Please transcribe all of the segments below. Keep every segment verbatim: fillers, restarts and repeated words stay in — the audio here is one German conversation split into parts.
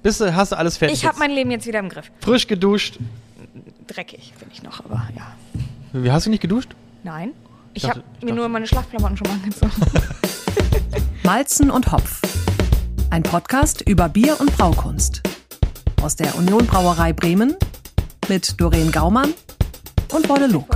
Bist du, hast du alles fertig? Ich habe mein Leben jetzt wieder im Griff. Frisch geduscht. Dreckig bin ich noch, aber ja. Wie, hast du nicht geduscht? Nein. Ich, Ich habe dachte- ich mir dachte- nur meine Schlafklamotten schon mal angezogen. Malzen und Hopf. Ein Podcast über Bier- und Braukunst. Aus der Union Brauerei Bremen mit Doreen Gaumann und Bolle Luck.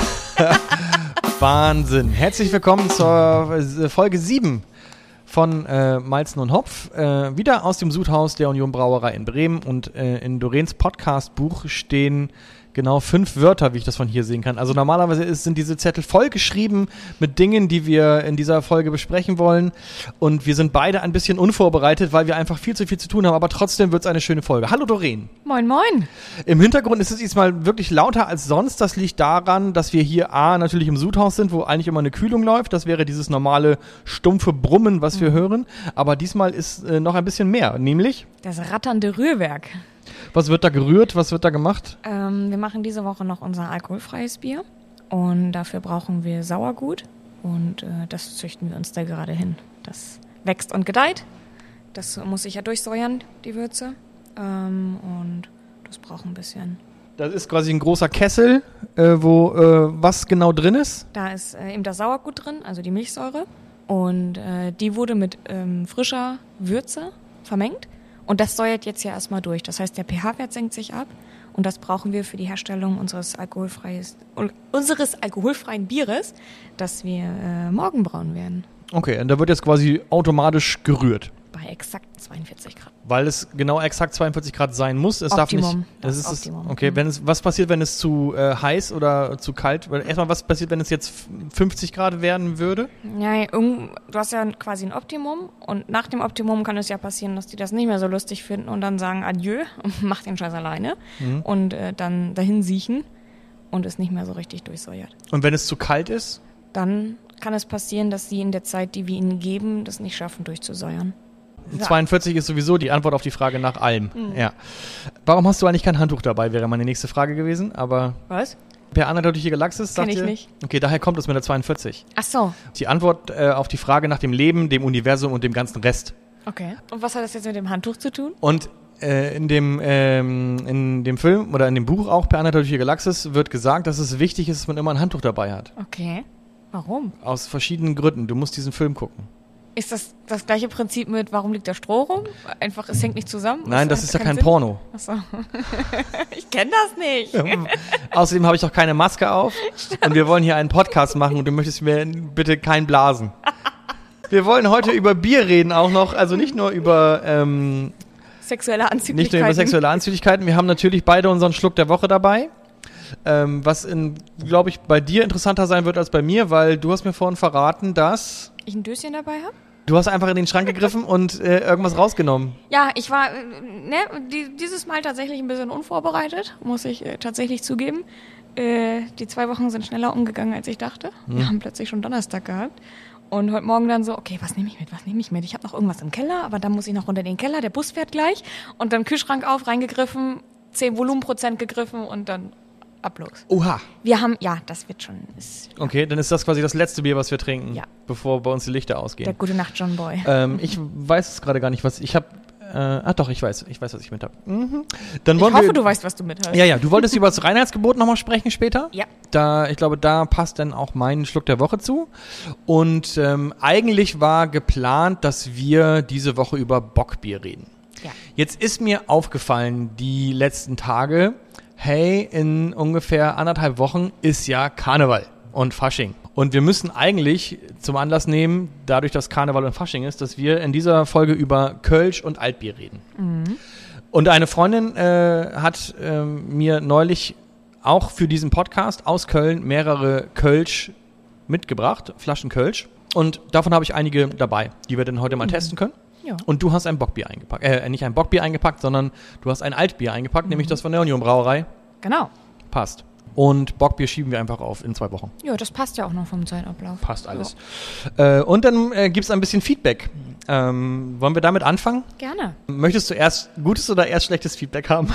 Wahnsinn. Herzlich willkommen zur äh, Folge sieben von äh, Malzen und Hopf. Äh, wieder aus dem Sudhaus der Union Brauerei in Bremen. Und äh, in Doreens Podcast-Buch stehen genau fünf Wörter, wie ich das von hier sehen kann. Also normalerweise ist, sind diese Zettel voll geschrieben mit Dingen, die wir in dieser Folge besprechen wollen. Und wir sind beide ein bisschen unvorbereitet, weil wir einfach viel zu viel zu tun haben. Aber trotzdem wird es eine schöne Folge. Hallo Doreen. Moin, moin. Im Hintergrund ist es diesmal wirklich lauter als sonst. Das liegt daran, dass wir hier A, natürlich im Sudhaus sind, wo eigentlich immer eine Kühlung läuft. Das wäre dieses normale stumpfe Brummen, was wir hören. Aber diesmal ist äh, noch ein bisschen mehr. Nämlich, Das ratternde Rührwerk. was wird da gerührt? Was wird da gemacht? Ähm, wir machen diese Woche noch unser alkoholfreies Bier. Und dafür brauchen wir Sauergut. Und äh, das züchten wir uns da gerade hin. Das wächst und gedeiht. Das muss sich ja durchsäuern, die Würze. Ähm, und das braucht ein bisschen. Das ist quasi ein großer Kessel, äh, wo äh, was genau drin ist. Da ist äh, eben das Sauergut drin, also die Milchsäure. Und äh, die wurde mit ähm, frischer Würze vermengt. Und das säuert jetzt ja erstmal durch. Das heißt, der pH-Wert senkt sich ab. Und das brauchen wir für die Herstellung unseres, alkoholfreies, unseres alkoholfreien Bieres, das wir äh, morgen brauen werden. Okay, und da wird jetzt quasi automatisch gerührt. Bei exakt zweiundvierzig Grad. Weil es genau exakt zweiundvierzig Grad sein muss. Es darf Optimum. nicht. Das ist ist es. Optimum. Okay, Mhm. wenn es, was passiert, wenn es zu äh, heiß oder zu kalt? Weil erstmal, was passiert, wenn es jetzt fünfzig Grad werden würde? Ja, irgend- du hast ja quasi ein Optimum. Und nach dem Optimum kann es ja passieren, dass die das nicht mehr so lustig finden und dann sagen Adieu und mach den Scheiß alleine. Mhm. Und äh, dann dahin siechen und es nicht mehr so richtig durchsäuert. Und wenn es zu kalt ist? Dann kann es passieren, dass sie in der Zeit, die wir ihnen geben, das nicht schaffen, durchzusäuern. Ja. zweiundvierzig ist sowieso die Antwort auf die Frage nach allem. Mhm. Ja. Warum hast du eigentlich kein Handtuch dabei, wäre meine nächste Frage gewesen. Aber Was? per anatomische Galaxis sagt Kenn ich ihr? nicht. Okay, daher kommt es mit der zweiundvierzig. Ach so, Die Antwort äh, auf die Frage nach dem Leben, dem Universum und dem ganzen Rest. okay. Und was hat das jetzt mit dem Handtuch zu tun? Und äh, in dem ähm, in dem Film oder in dem Buch auch per anatomische Galaxis wird gesagt, dass es wichtig ist, dass man immer ein Handtuch dabei hat. Okay. Warum? Aus verschiedenen Gründen. Du musst diesen Film gucken. Ist das das gleiche Prinzip mit, warum liegt der Stroh rum? Einfach, es hängt nicht zusammen? Nein, das hat ist ja keinen kein Sinn? Porno. Ach so. Ich kenne das nicht. Außerdem habe ich doch keine Maske auf und wir wollen hier einen Podcast machen und du möchtest mir bitte keinen blasen. Wir wollen heute über Bier reden auch noch, also nicht nur über ähm, Sexuelle Anzüglichkeiten. nicht nur über sexuelle Anzüglichkeiten. Wir haben natürlich beide unseren Schluck der Woche dabei, ähm, was in, glaube ich, bei dir interessanter sein wird als bei mir, weil du hast mir vorhin verraten, dass Ich ein Döschen dabei habe? du hast einfach in den Schrank gegriffen und äh, irgendwas rausgenommen. Ja, ich war äh, ne, die, dieses Mal tatsächlich ein bisschen unvorbereitet, muss ich äh, tatsächlich zugeben. Äh, die zwei Wochen sind schneller umgegangen, als ich dachte. Wir haben plötzlich schon Donnerstag gehabt. Und heute Morgen dann so, okay, was nehme ich mit, was nehme ich mit? Ich habe noch irgendwas im Keller, aber dann muss ich noch runter in den Keller, der Bus fährt gleich. Und dann Kühlschrank auf, reingegriffen, zehn Volumenprozent gegriffen und dann ab los. Oha. Wir haben, ja, das wird schon, ist Okay, dann ist das quasi das letzte Bier, was wir trinken, Ja. bevor bei uns die Lichter der ausgehen. gute Nacht John Boy. Ähm, ich weiß es gerade gar nicht, was ich habe. Äh, ah doch, ich weiß, ich weiß, was ich mit habe. Mhm. Dann Ich wollen hoffe, wir, du weißt, was du mit hast. Ja, ja, du wolltest über das Reinheitsgebot nochmal sprechen später. Ja. Da, ich glaube, da passt dann auch mein Schluck der Woche zu. Und ähm, eigentlich war geplant, dass wir diese Woche über Bockbier reden. Ja. Jetzt ist mir aufgefallen, die letzten Tage, hey, in ungefähr anderthalb Wochen ist ja Karneval und Fasching. Und wir müssen eigentlich zum Anlass nehmen, dadurch, dass Karneval und Fasching ist, dass wir in dieser Folge über Kölsch und Altbier reden. Mhm. Und eine Freundin äh, hat ähm, mir neulich auch für diesen Podcast aus Köln mehrere Kölsch mitgebracht, Flaschen Kölsch. Und davon habe ich einige dabei, die wir dann heute mal Mhm. testen können. Ja. Und du hast ein Bockbier eingepackt. Äh, nicht ein Bockbier eingepackt, sondern du hast ein Altbier eingepackt, Mhm. nämlich das von der Union Brauerei. Genau. Passt. Und Bockbier schieben wir einfach auf in zwei Wochen. Ja, das passt ja auch noch vom Zeitablauf. Passt alles. Äh, und dann äh, gibt es ein bisschen Feedback. Ähm, wollen wir damit anfangen? Gerne. Möchtest du erst gutes oder erst schlechtes Feedback haben?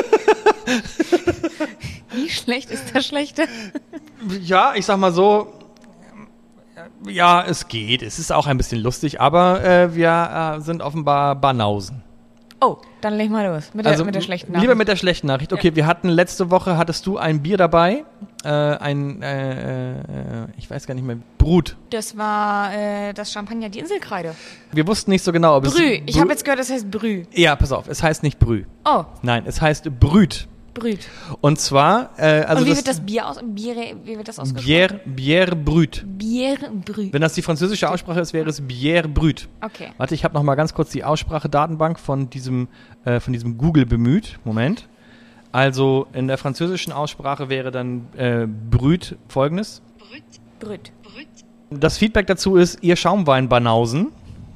Wie schlecht ist das Schlechte? Ja, ich sag mal so, ja, es geht. Es ist auch ein bisschen lustig, aber äh, wir äh, sind offenbar Banausen. Oh, dann leg mal los mit der, also, mit der schlechten Nachricht. Lieber mit der schlechten Nachricht. Okay, ja. Wir hatten letzte Woche, hattest du ein Bier dabei, äh, ein, äh, äh, ich weiß gar nicht mehr, Brut. Das war äh, das Champagner, die Inselkreide. Wir wussten nicht so genau, ob es... Brü, ich habe jetzt gehört, es heißt Brü. Ja, pass auf, es heißt nicht Brü. Oh. Nein, es heißt Brüt. Brüt. Und zwar... Äh, also Und wie das wird das Bier aus... Bier, wie wird das ausgesprochen? Bière, Bière Brüt. Bière Brüt. Wenn das die französische Aussprache ist, wäre es Bière Brüt. Okay. Warte, ich habe noch mal ganz kurz die Aussprache-Datenbank von diesem, äh, von diesem Google bemüht. Moment. Also in der französischen Aussprache wäre dann äh, Brüt folgendes. Brüt. Brüt. Brüt. Das Feedback dazu ist, ihr Schaumwein-Banausen.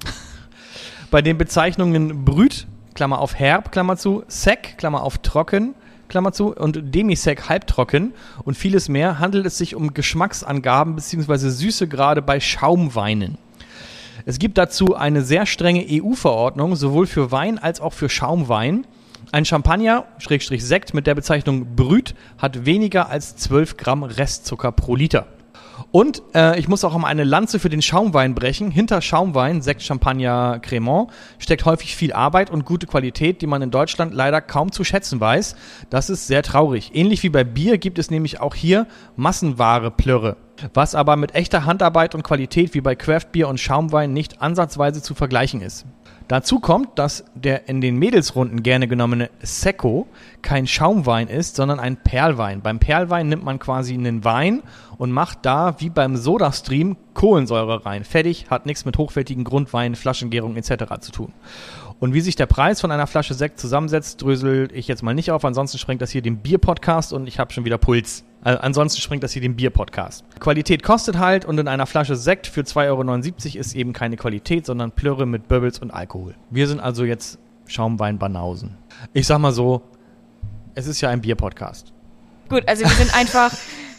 Bei den Bezeichnungen Brüt, Klammer auf herb, Klammer zu, sec, Klammer auf trocken, Klammer zu, und Demisec, halbtrocken und vieles mehr, handelt es sich um Geschmacksangaben bzw. Süßegrade bei Schaumweinen. Es gibt dazu eine sehr strenge E U-Verordnung, sowohl für Wein als auch für Schaumwein. Ein Champagner, Schrägstrich Sekt, mit der Bezeichnung Brüt hat weniger als zwölf Gramm Restzucker pro Liter. Und äh, ich muss auch um eine Lanze für den Schaumwein brechen. Hinter Schaumwein, Sekt, Champagner, Cremant, steckt häufig viel Arbeit und gute Qualität, die man in Deutschland leider kaum zu schätzen weiß. Das ist sehr traurig. Ähnlich wie bei Bier gibt es nämlich auch hier Massenware-Plörre. Was aber mit echter Handarbeit und Qualität wie bei Craftbier und Schaumwein nicht ansatzweise zu vergleichen ist. Dazu kommt, dass der in den Mädelsrunden gerne genommene Secco kein Schaumwein ist, sondern ein Perlwein. Beim Perlwein nimmt man quasi einen Wein und macht da, wie beim Sodastream, Kohlensäure rein. Fertig, hat nichts mit hochwertigen Grundweinen, Flaschengärung et cetera zu tun. Und wie sich der Preis von einer Flasche Sekt zusammensetzt, drösel ich jetzt mal nicht auf, ansonsten sprengt das hier den Bier-Podcast und ich habe schon wieder Puls. Also ansonsten sprengt das hier den Bier-Podcast. Qualität kostet halt und in einer Flasche Sekt für zwei Euro neunundsiebzig ist eben keine Qualität, sondern Plörre mit Bubbles und Alkohol. Wir sind also jetzt Schaumwein-Banausen. Ich sag mal so, es ist ja ein Bier-Podcast. Gut, also wir sind einfach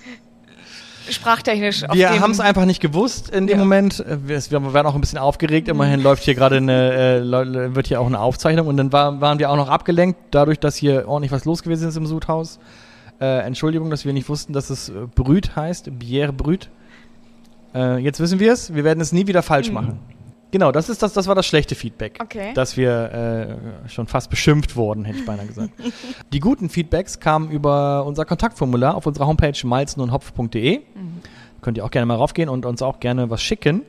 sprachtechnisch auf Wir dem... haben es einfach nicht gewusst in dem Ja. Moment. Wir, wir waren auch ein bisschen aufgeregt. Immerhin läuft hier gerade eine, äh, le- wird hier auch eine Aufzeichnung. Und dann war, waren wir auch noch abgelenkt, dadurch, dass hier ordentlich was los gewesen ist im Sudhaus. Äh, Entschuldigung, dass wir nicht wussten, dass es äh, Brüt heißt, Bière Brüt. Äh, jetzt wissen wir es. Wir werden es nie wieder falsch Mhm. machen. Genau, das ist das, das war das schlechte Feedback. Okay. Dass wir äh, schon fast beschimpft wurden, hätte ich beinahe gesagt. Die guten Feedbacks kamen über unser Kontaktformular auf unserer Homepage malzen und hopf punkt de. Mhm. Könnt ihr auch gerne mal raufgehen und uns auch gerne was schicken.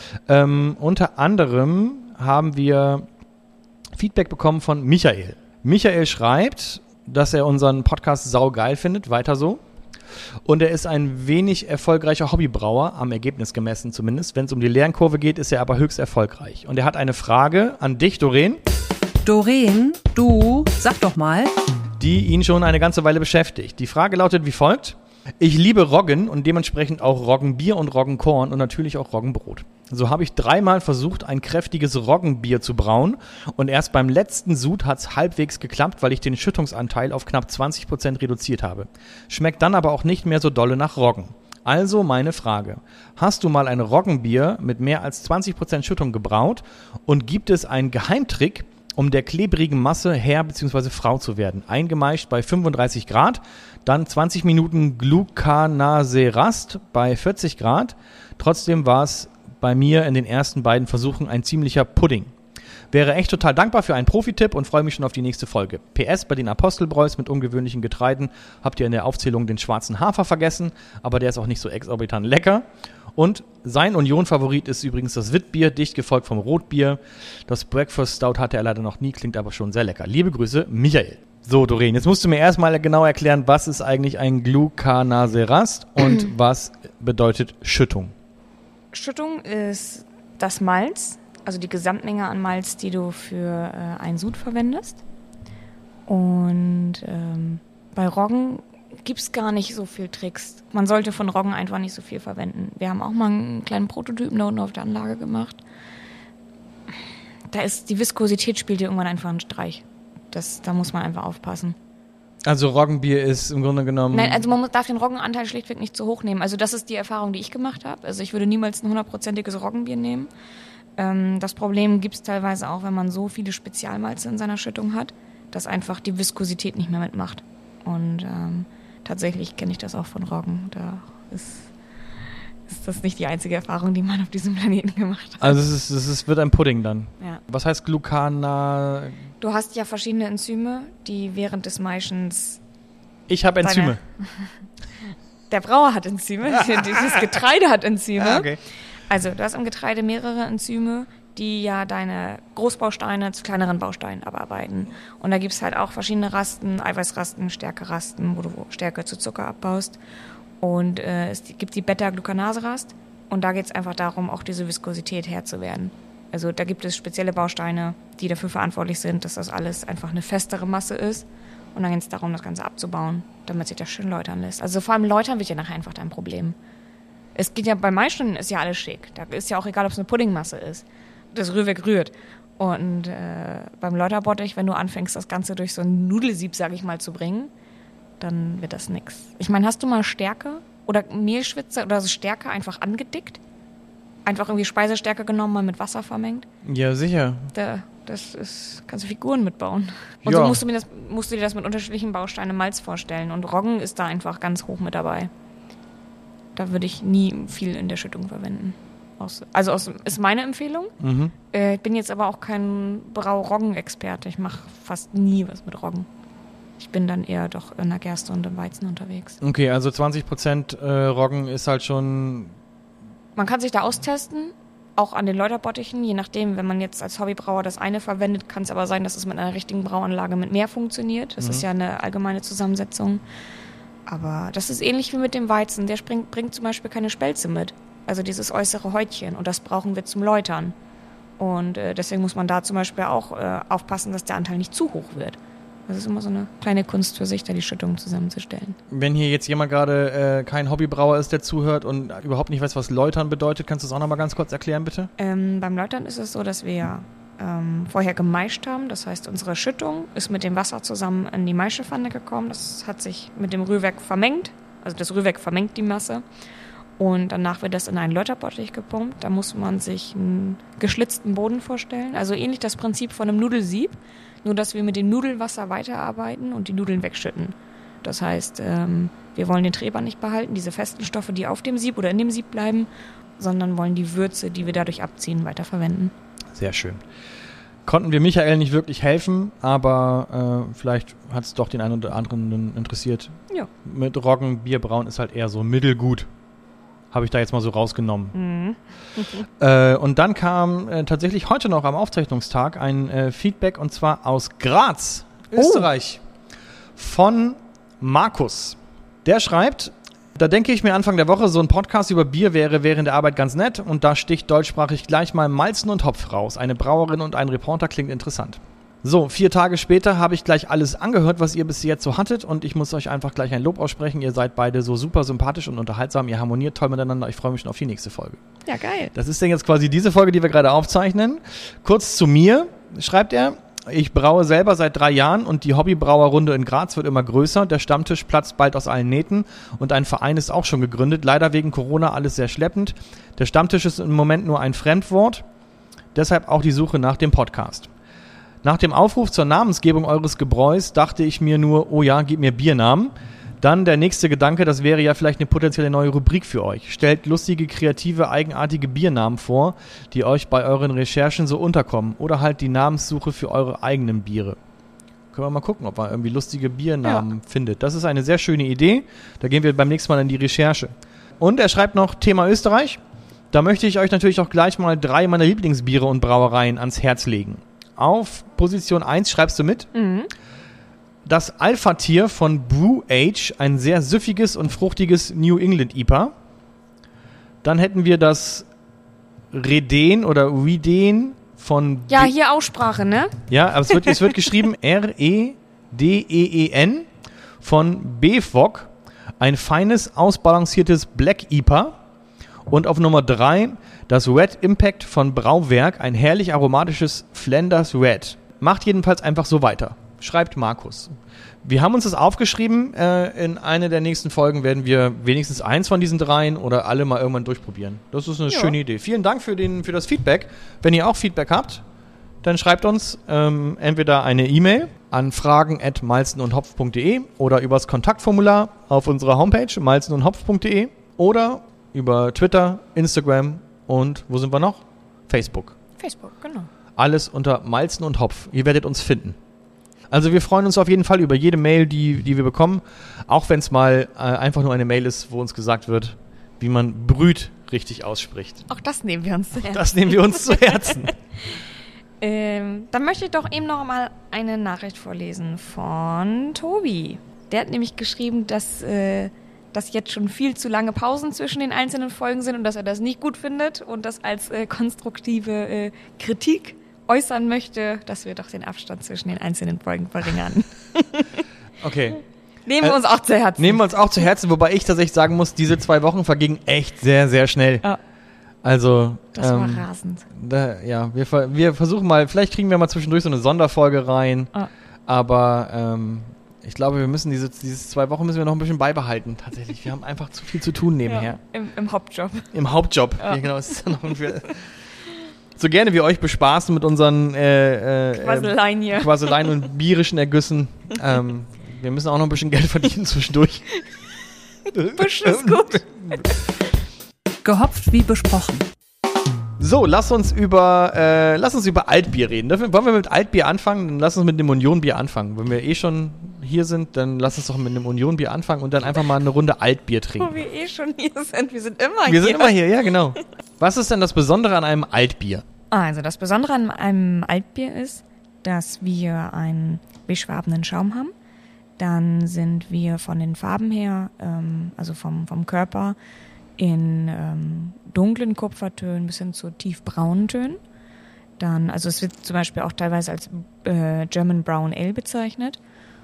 Ähm, unter anderem haben wir Feedback bekommen von Michael. Michael schreibt, dass er unseren Podcast saugeil findet, weiter so. Und er ist ein wenig erfolgreicher Hobbybrauer, am Ergebnis gemessen zumindest. Wenn es um die Lernkurve geht, ist er aber höchst erfolgreich. Und er hat eine Frage an dich, Doreen. Doreen, du, sag doch mal. Die ihn schon eine ganze Weile beschäftigt. Die Frage lautet wie folgt. Ich liebe Roggen und dementsprechend auch Roggenbier und Roggenkorn und natürlich auch Roggenbrot. So habe ich dreimal versucht, ein kräftiges Roggenbier zu brauen und erst beim letzten Sud hat es halbwegs geklappt, weil ich den Schüttungsanteil auf knapp zwanzig Prozent reduziert habe. Schmeckt dann aber auch nicht mehr so dolle nach Roggen. Also meine Frage, hast du mal ein Roggenbier mit mehr als zwanzig Prozent Schüttung gebraut und gibt es einen Geheimtrick, um der klebrigen Masse Herr bzw. Frau zu werden? Eingemeischt bei fünfunddreißig Grad, dann zwanzig Minuten Glucanaserast bei vierzig Grad. Trotzdem war es bei mir in den ersten beiden Versuchen ein ziemlicher Pudding. Wäre echt total dankbar für einen Profi-Tipp und freue mich schon auf die nächste Folge. P S, bei den Apostelbräus mit ungewöhnlichen Getreiden habt ihr in der Aufzählung den schwarzen Hafer vergessen, aber der ist auch nicht so exorbitant lecker. Und sein Union-Favorit ist übrigens das Witbier, dicht gefolgt vom Rotbier. Das Breakfast Stout hatte er leider noch nie, klingt aber schon sehr lecker. Liebe Grüße, Michael. So, Doreen, jetzt musst du mir erstmal genau erklären, was ist eigentlich ein Glucanaserast und was bedeutet Schüttung? Schüttung ist das Malz, also die Gesamtmenge an Malz, die du für äh, einen Sud verwendest. Und ähm, bei Roggen gibt es gar nicht so viel Tricks. Man sollte von Roggen einfach nicht so viel verwenden. Wir haben auch mal einen kleinen Prototypen da unten auf der Anlage gemacht. Da ist die Viskosität spielt dir irgendwann einfach einen Streich. Das, da muss man einfach aufpassen. Also Roggenbier ist im Grunde genommen... Nein, also man muss, darf den Roggenanteil schlichtweg nicht zu hoch nehmen. Also das ist die Erfahrung, die ich gemacht habe. Also ich würde niemals ein hundertprozentiges Roggenbier nehmen. Ähm, das Problem gibt es teilweise auch, wenn man so viele Spezialmalze in seiner Schüttung hat, dass einfach die Viskosität nicht mehr mitmacht. Und ähm, tatsächlich kenne ich das auch von Roggen. Da ist ist das nicht die einzige Erfahrung, die man auf diesem Planeten gemacht hat. Also es, ist, es ist, wird ein Pudding dann. Ja. Was heißt Glucana? Du hast ja verschiedene Enzyme, die während des Maischens... Ich habe Enzyme. Der Brauer hat Enzyme, dieses Getreide hat Enzyme. Ah, okay. Also du hast im Getreide mehrere Enzyme, die ja deine Großbausteine zu kleineren Bausteinen abarbeiten. Und da gibt es halt auch verschiedene Rasten, Eiweißrasten, Stärkerasten, wo du Stärke zu Zucker abbaust. Und äh, es gibt die Beta-Glucanase-Rast. Und da geht es einfach darum, auch diese Viskosität Herr zu werden. Also da gibt es spezielle Bausteine, die dafür verantwortlich sind, dass das alles einfach eine festere Masse ist. Und dann geht es darum, das Ganze abzubauen, damit sich das schön läutern lässt. Also vor allem läutern wird ja nachher einfach dein Problem. Es geht ja bei Maischen ist ja alles schick. Da ist ja auch egal, ob es eine Puddingmasse ist. Das Rührwerk rührt. Und äh, beim Läuterbottich, wenn du anfängst, das Ganze durch so ein Nudelsieb, sag ich mal, zu bringen, dann wird das nix. Ich meine, hast du mal Stärke oder Mehlschwitze oder so Stärke einfach angedickt? Einfach irgendwie Speisestärke genommen, mal mit Wasser vermengt? Ja, sicher. Da, das ist, kannst du Figuren mitbauen. Und ja. so musst du, mir das, musst du dir das mit unterschiedlichen Bausteinen im Malz vorstellen. Und Roggen ist da einfach ganz hoch mit dabei. Da würde ich nie viel in der Schüttung verwenden. Aus, also aus, ist meine Empfehlung. Mhm. Äh, ich bin jetzt aber auch kein Brau-Roggen-Experte. Ich mache fast nie was mit Roggen. Ich bin dann eher doch in der Gerste und im Weizen unterwegs. Okay, also zwanzig Prozent äh, Roggen ist halt schon... Man kann sich da austesten, auch an den Läuterbottichen. Je nachdem, wenn man jetzt als Hobbybrauer das eine verwendet, kann es aber sein, dass es mit einer richtigen Brauanlage mit mehr funktioniert. Das mhm. ist ja eine allgemeine Zusammensetzung. Aber das ist ähnlich wie mit dem Weizen. Der springt, bringt zum Beispiel keine Spelze mit. Also dieses äußere Häutchen. Und das brauchen wir zum Läutern. Und äh, deswegen muss man da zum Beispiel auch äh, aufpassen, dass der Anteil nicht zu hoch wird. Das ist immer so eine kleine Kunst für sich, da die Schüttung zusammenzustellen. Wenn hier jetzt jemand gerade äh, kein Hobbybrauer ist, der zuhört und überhaupt nicht weiß, was Läutern bedeutet, kannst du es auch noch mal ganz kurz erklären, bitte? Ähm, beim Läutern ist es so, dass wir ähm, vorher gemeischt haben. Das heißt, unsere Schüttung ist mit dem Wasser zusammen in die Maischepfanne gekommen. Das hat sich mit dem Rührwerk vermengt. Also das Rührwerk vermengt die Masse. Und danach wird das in einen Läuterbottich gepumpt. Da muss man sich einen geschlitzten Boden vorstellen. Also ähnlich das Prinzip von einem Nudelsieb. Nur, dass wir mit dem Nudelwasser weiterarbeiten und die Nudeln wegschütten. Das heißt, ähm, wir wollen den Treber nicht behalten, diese festen Stoffe, die auf dem Sieb oder in dem Sieb bleiben, sondern wollen die Würze, die wir dadurch abziehen, weiterverwenden. Sehr schön. Konnten wir Michael nicht wirklich helfen, aber äh, vielleicht hat es doch den einen oder anderen interessiert. Ja. Mit Roggen, Bierbrauen ist halt eher so mittelgut. Habe ich da jetzt mal so rausgenommen. Mhm. äh, und dann kam äh, tatsächlich heute noch am Aufzeichnungstag ein äh, Feedback, und zwar aus Graz, Österreich, oh. von Markus. Der schreibt, da denke ich mir Anfang der Woche, so ein Podcast über Bier wäre während der Arbeit ganz nett, und da sticht deutschsprachig gleich mal Malzen und Hopf raus. Eine Brauerin und ein Reporter klingt interessant. So, vier Tage später habe ich gleich alles angehört, was ihr bis jetzt so hattet, und ich muss euch einfach gleich ein Lob aussprechen. Ihr seid beide so super sympathisch und unterhaltsam, ihr harmoniert toll miteinander. Ich freue mich schon auf die nächste Folge. Ja, geil. Das ist denn jetzt quasi diese Folge, die wir gerade aufzeichnen. Kurz zu mir, schreibt er. Ich braue selber seit drei Jahren und die Hobbybrauerrunde in Graz wird immer größer. Der Stammtisch platzt bald aus allen Nähten und ein Verein ist auch schon gegründet. Leider wegen Corona alles sehr schleppend. Der Stammtisch ist im Moment nur ein Fremdwort. Deshalb auch die Suche nach dem Podcast. Nach dem Aufruf zur Namensgebung eures Gebräus dachte ich mir nur, oh ja, gib mir Biernamen. Dann der nächste Gedanke, das wäre ja vielleicht eine potenzielle neue Rubrik für euch. Stellt lustige, kreative, eigenartige Biernamen vor, die euch bei euren Recherchen so unterkommen. Oder halt die Namenssuche für eure eigenen Biere. Können wir mal gucken, ob man irgendwie lustige Biernamen ja. findet. Das ist eine sehr schöne Idee. Da gehen wir beim nächsten Mal in die Recherche. Und er schreibt noch Thema Österreich. Da möchte ich euch natürlich auch gleich mal drei meiner Lieblingsbiere und Brauereien ans Herz legen. Auf Position eins schreibst du mit. Mhm. Das Alpha-Tier von Brew Age, ein sehr süffiges und fruchtiges New England I P A. Dann hätten wir das Reden oder Reden von... Ja, B- hier Aussprache, ne? Ja, aber es wird, es wird geschrieben R E D E E N von B F O C. Ein feines, ausbalanciertes Black I P A. Und auf Nummer drei das Red Impact von Brauwerk, ein herrlich aromatisches Flanders Red. Macht jedenfalls einfach so weiter. Schreibt Markus. Wir haben uns das aufgeschrieben. Äh, in einer der nächsten Folgen werden wir wenigstens eins von diesen dreien oder alle mal irgendwann durchprobieren. Das ist eine ja. schöne Idee. Vielen Dank für, den, für das Feedback. Wenn ihr auch Feedback habt, dann schreibt uns ähm, entweder eine E-Mail an fragen at malzenundhopf punkt de oder übers Kontaktformular auf unserer Homepage malzenundhopf punkt de oder über Twitter, Instagram und wo sind wir noch? Facebook. Facebook, genau. Alles unter Malzen und Hopf. Ihr werdet uns finden. Also wir freuen uns auf jeden Fall über jede Mail, die, die wir bekommen. Auch wenn es mal äh, einfach nur eine Mail ist, wo uns gesagt wird, wie man Brüt richtig ausspricht. Auch das nehmen wir uns zu Herzen. Das nehmen wir uns zu Herzen. ähm, dann möchte ich doch eben noch mal eine Nachricht vorlesen von Tobi. Der hat nämlich geschrieben, dass, äh, dass jetzt schon viel zu lange Pausen zwischen den einzelnen Folgen sind und dass er das nicht gut findet und das als äh, konstruktive äh, Kritik äußern möchte, dass wir doch den Abstand zwischen den einzelnen Folgen verringern. Okay. Nehmen wir äh, uns auch zu Herzen. Nehmen wir uns auch zu Herzen, wobei ich tatsächlich sagen muss, diese zwei Wochen vergingen echt sehr, sehr schnell. Ja. Also, das war ähm, rasend. Da, ja, wir, wir versuchen mal, vielleicht kriegen wir mal zwischendurch so eine Sonderfolge rein, Ah. aber ähm, ich glaube, wir müssen diese, diese zwei Wochen müssen wir noch ein bisschen beibehalten, tatsächlich. Wir haben einfach zu viel zu tun nebenher. Ja, im, Im Hauptjob. Im Hauptjob, Ja. ja, genau. Es ist ja noch ein, so gerne wir euch bespaßen mit unseren äh, äh, Quaseleien hier. Quaseleien und bierischen Ergüssen. ähm, wir müssen auch noch ein bisschen Geld verdienen zwischendurch. Busch ist gut. Gehopft wie besprochen. So, lass uns über äh, lass uns über Altbier reden. Dürfen, wollen wir mit Altbier anfangen? Dann lass uns mit dem Unionbier anfangen. Wenn wir eh schon hier sind, dann lass uns doch mit einem Unionbier anfangen und dann einfach mal eine Runde Altbier trinken. Wo wir eh schon hier sind. Wir sind immer hier. Wir sind immer hier, ja genau. Was ist denn das Besondere an einem Altbier? Also das Besondere an einem Altbier ist, dass wir einen beschwabenen Schaum haben. Dann sind wir von den Farben her, ähm, also vom, vom Körper, in ähm, dunklen Kupfertönen bis hin zu tiefbraunen Tönen. Dann, also es wird zum Beispiel auch teilweise als äh, German Brown Ale bezeichnet.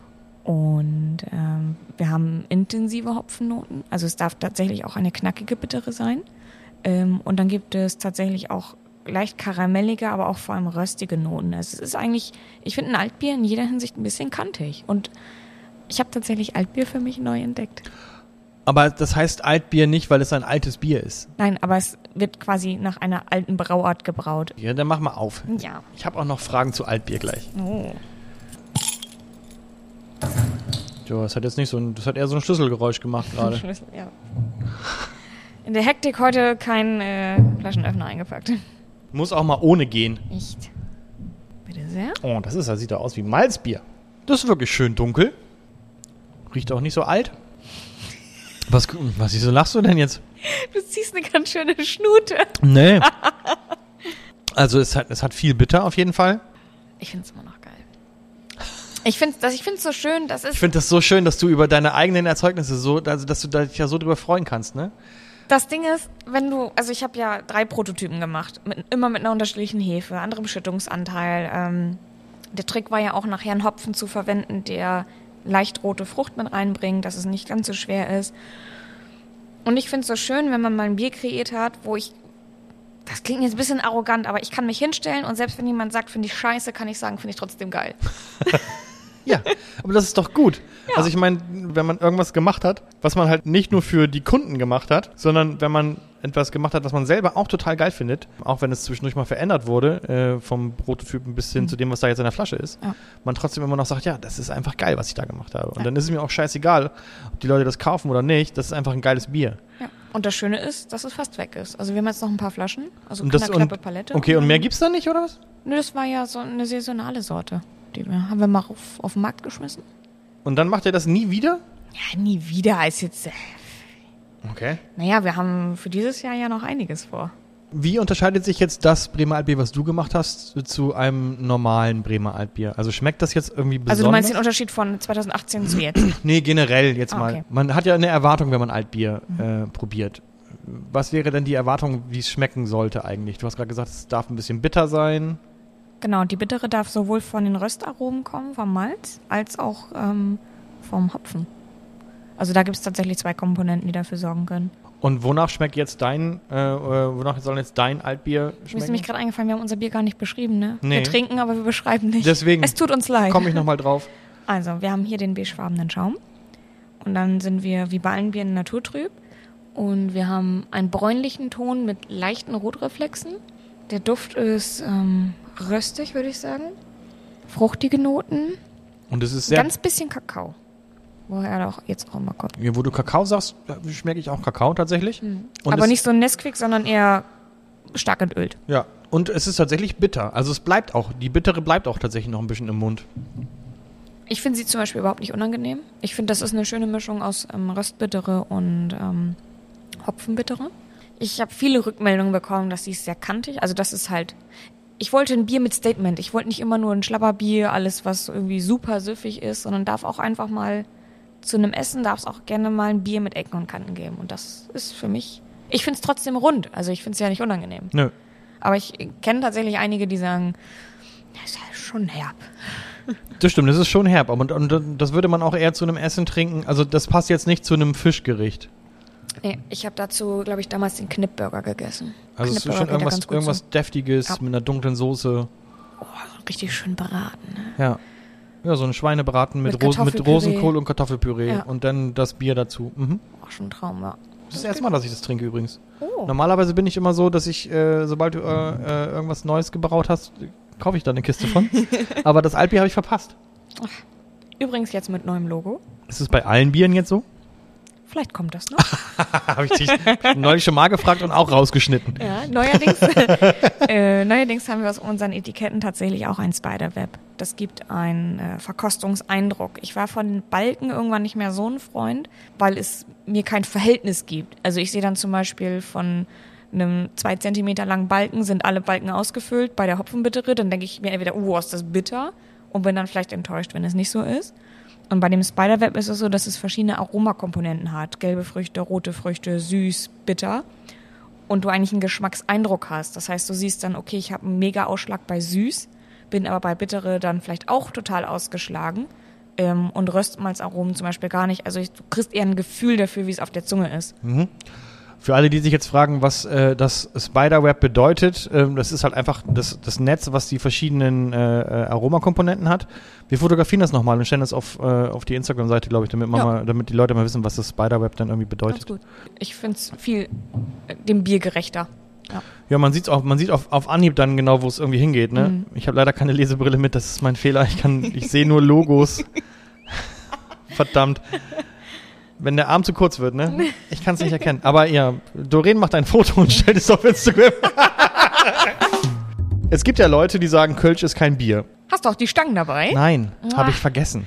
Und ähm, wir haben intensive Hopfennoten. Also es darf tatsächlich auch eine knackige Bittere sein. Ähm, und dann gibt es tatsächlich auch leicht karamellige, aber auch vor allem röstige Noten. Also es ist eigentlich, ich finde ein Altbier in jeder Hinsicht ein bisschen kantig. Und ich habe tatsächlich Altbier für mich neu entdeckt. Aber das heißt Altbier nicht, weil es ein altes Bier ist. Nein, aber es wird quasi nach einer alten Brauart gebraut. Ja, dann mach mal auf. Ja. Ich habe auch noch Fragen zu Altbier gleich. Oh. Jo, das hat jetzt nicht so ein, das hat eher so ein Schlüsselgeräusch gemacht gerade. Schlüssel, ja. In der Hektik heute kein äh, Flaschenöffner eingepackt. Muss auch mal ohne gehen. Echt? Bitte sehr. Oh, das ist, das sieht doch aus wie Malzbier. Das ist wirklich schön dunkel. Riecht auch nicht so alt. Was, was, wieso lachst du denn jetzt? Du ziehst eine ganz schöne Schnute. Nee. Also es hat, es hat viel Bitter auf jeden Fall. Ich finde es immer noch geil. Ich finde es ich find's so schön, das ist... Ich finde das so schön, dass du über deine eigenen Erzeugnisse so, also dass du dich ja so drüber freuen kannst, ne? Das Ding ist, wenn du, also ich habe ja drei Prototypen gemacht, mit, immer mit einer unterschiedlichen Hefe, anderem Schüttungsanteil. Ähm, der Trick war ja auch nachher einen Hopfen zu verwenden, der leicht rote Frucht mit reinbringt, dass es nicht ganz so schwer ist. Und ich finde es so schön, wenn man mal ein Bier kreiert hat, wo ich, das klingt jetzt ein bisschen arrogant, aber ich kann mich hinstellen und selbst wenn jemand sagt, finde ich scheiße, kann ich sagen, finde ich trotzdem geil. Ja, aber das ist doch gut. Ja. Also ich meine, wenn man irgendwas gemacht hat, was man halt nicht nur für die Kunden gemacht hat, sondern wenn man etwas gemacht hat, was man selber auch total geil findet, auch wenn es zwischendurch mal verändert wurde, äh, vom Prototypen bis hin mhm. zu dem, was da jetzt in der Flasche ist, ja. man trotzdem immer noch sagt, ja, das ist einfach geil, was ich da gemacht habe. Und ja. dann ist es mir auch scheißegal, ob die Leute das kaufen oder nicht, das ist einfach ein geiles Bier. Ja. Und das Schöne ist, dass es fast weg ist. Also wir haben jetzt noch ein paar Flaschen, also und das, Kinderklappe, und, Palette. Okay, und mehr gibt's da nicht, oder was? Nö, das war ja so eine saisonale Sorte. Die wir, haben wir mal auf, auf den Markt geschmissen. Und dann macht ihr das nie wieder? Ja, nie wieder als jetzt... Äh, Okay. naja, wir haben für dieses Jahr ja noch einiges vor. Wie unterscheidet sich jetzt das Bremer Altbier, was du gemacht hast, zu einem normalen Bremer Altbier? Also schmeckt das jetzt irgendwie besonders? Also du meinst den Unterschied von zwanzig achtzehn zu jetzt? Nee, generell jetzt Ah, mal. okay. Man hat ja eine Erwartung, wenn man Altbier Mhm. äh, probiert. Was wäre denn die Erwartung, wie es schmecken sollte eigentlich? Du hast gerade gesagt, es darf ein bisschen bitter sein. Genau, die Bittere darf sowohl von den Röstaromen kommen, vom Malz, als auch ähm, vom Hopfen. Also da gibt es tatsächlich zwei Komponenten, die dafür sorgen können. Und wonach schmeckt jetzt dein, äh, äh, wonach soll jetzt dein Altbier Mir ist schmecken? nämlich gerade eingefallen, wir haben unser Bier gar nicht beschrieben, ne? Nee. Wir trinken, aber wir beschreiben nicht. Deswegen Es tut uns leid. komme ich nochmal drauf. Also, wir haben hier den beigefarbenen Schaum. Und dann sind wir wie bei allen Bieren naturtrüb. Und wir haben einen bräunlichen Ton mit leichten Rotreflexen. Der Duft ist ähm, röstig, würde ich sagen. Fruchtige Noten. Und es ist sehr, Ganz bisschen Kakao. woher er auch jetzt auch mal kommt. Ja, wo du Kakao sagst, schmecke ich auch Kakao tatsächlich. Mhm. Und Aber es, nicht so ein Nesquik, sondern eher stark entölt. Ja, und es ist tatsächlich bitter. Also es bleibt auch, die Bittere bleibt auch tatsächlich noch ein bisschen im Mund. Ich finde sie zum Beispiel überhaupt nicht unangenehm. Ich finde, das ist eine schöne Mischung aus ähm, Röstbittere und ähm, Hopfenbittere. Ich habe viele Rückmeldungen bekommen, dass sie ist sehr kantig. Also das ist halt, ich wollte ein Bier mit Statement. Ich wollte nicht immer nur ein Schlabberbier, alles was irgendwie super süffig ist, sondern darf auch einfach mal zu einem Essen, darf es auch gerne mal ein Bier mit Ecken und Kanten geben. Und das ist für mich, ich finde es trotzdem rund. Also ich finde es ja nicht unangenehm. Nö. Aber ich kenne tatsächlich einige, die sagen, das ist halt schon herb. Das stimmt, das ist schon herb. Und, und das würde man auch eher zu einem Essen trinken. Also das passt jetzt nicht zu einem Fischgericht. Nee, ich habe dazu, glaube ich, damals den Knippburger gegessen. Also es ist Knippburger schon geht da irgendwas, ganz gut irgendwas zu. Deftiges Ja. mit einer dunklen Soße. Oh, richtig schön beraten. Ne? Ja. Ja, so ein Schweinebraten mit, Mit Ros mit Kartoffelpüree. Rosenkohl und Kartoffelpüree. Ja. Und dann das Bier dazu. Mhm. Oh, schon ein Traum, ja. Das ist das erste Mal, dass ich das trinke übrigens. Oh. Normalerweise bin ich immer so, dass ich, äh, sobald du äh, äh, irgendwas Neues gebraut hast, kaufe ich da eine Kiste von. Aber das Altbier habe ich verpasst. Übrigens jetzt mit neuem Logo. Ist es bei allen Bieren jetzt so? Vielleicht kommt das noch. Habe ich dich neulich schon mal gefragt und auch rausgeschnitten. Ja, neuerdings, äh, neuerdings haben wir aus unseren Etiketten tatsächlich auch ein Spiderweb. Das gibt einen äh, Verkostungseindruck. Ich war von Balken irgendwann nicht mehr so ein Freund, weil es mir kein Verhältnis gibt. Also ich sehe dann zum Beispiel von einem zwei Zentimeter langen Balken sind alle Balken ausgefüllt bei der Hopfenbittere. Dann denke ich mir entweder, oh, ist das bitter? Und bin dann vielleicht enttäuscht, wenn es nicht so ist. Und bei dem Spiderweb ist es so, dass es verschiedene Aromakomponenten hat. Gelbe Früchte, rote Früchte, süß, bitter. Und du eigentlich einen Geschmackseindruck hast. Das heißt, du siehst dann, okay, ich habe einen mega Ausschlag bei süß, bin aber bei bittere dann vielleicht auch total ausgeschlagen. Ähm, und Röstmalzaromen zum Beispiel gar nicht. Also ich, du kriegst eher ein Gefühl dafür, wie es auf der Zunge ist. Mhm. Für alle, die sich jetzt fragen, was äh, das Spiderweb bedeutet, ähm, das ist halt einfach das, das Netz, was die verschiedenen äh, Aromakomponenten hat. Wir fotografieren das nochmal und stellen das auf, äh, auf die Instagram-Seite, glaube ich, damit, man Ja. mal, damit die Leute mal wissen, was das Spiderweb dann irgendwie Ganz bedeutet. gut. Ich finde es viel äh, dem Bier gerechter. Ja. Ja, man sieht's auch, man sieht auf, auf Anhieb dann genau, wo es irgendwie hingeht. Ne? Mhm. Ich habe leider keine Lesebrille mit, das ist mein Fehler. Ich kann, ich sehe nur Logos. Verdammt. Wenn der Arm zu kurz wird, ne? Ich kann es nicht erkennen. Aber ja, Doreen macht ein Foto und stellt es auf Instagram. Es gibt ja Leute, die sagen, Kölsch ist kein Bier. Hast du auch die Stangen dabei? Nein, Ah. habe ich vergessen.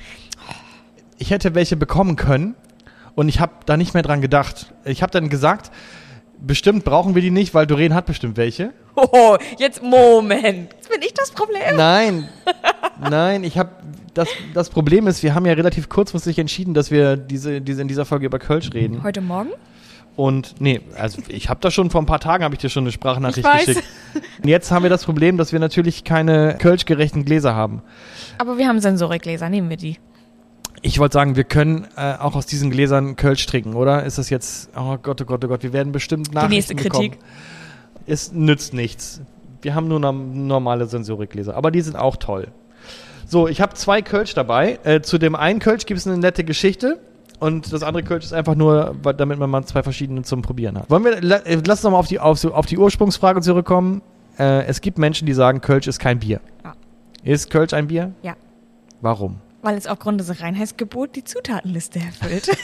Ich hätte welche bekommen können und ich habe da nicht mehr dran gedacht. Ich habe dann gesagt, bestimmt brauchen wir die nicht, weil Doreen hat bestimmt welche. Oh, jetzt Moment. Jetzt bin ich das Problem. Nein, nein, ich habe das, das Problem ist, wir haben ja relativ kurzfristig entschieden, dass wir diese, diese in dieser Folge über Kölsch reden. Heute Morgen? Und nee, also ich habe da schon vor ein paar Tagen habe ich dir schon eine Sprachnachricht Ich weiß. geschickt. Und jetzt haben wir das Problem, dass wir natürlich keine Kölsch-gerechten Gläser haben. Aber wir haben Sensorikgläser, nehmen wir die. Ich wollte sagen, wir können äh, auch aus diesen Gläsern Kölsch trinken, oder? Ist das jetzt, oh Gott, oh Gott, oh Gott, wir werden bestimmt Nachrichten nächste Kritik. bekommen. Es nützt nichts. Wir haben nur nom- normale Sensorikgläser, aber die sind auch toll. So, ich habe zwei Kölsch dabei. Äh, zu dem einen Kölsch gibt es eine nette Geschichte und das andere Kölsch ist einfach nur, weil- damit man mal zwei verschiedene zum Probieren hat. Wollen wir, la- äh, lass uns noch mal auf die, auf, auf die Ursprungsfrage zurückkommen. Äh, es gibt Menschen, die sagen, Kölsch ist kein Bier. Ja. Ist Kölsch ein Bier? Ja. Warum? Weil es aufgrund des Reinheitsgebots die Zutatenliste erfüllt.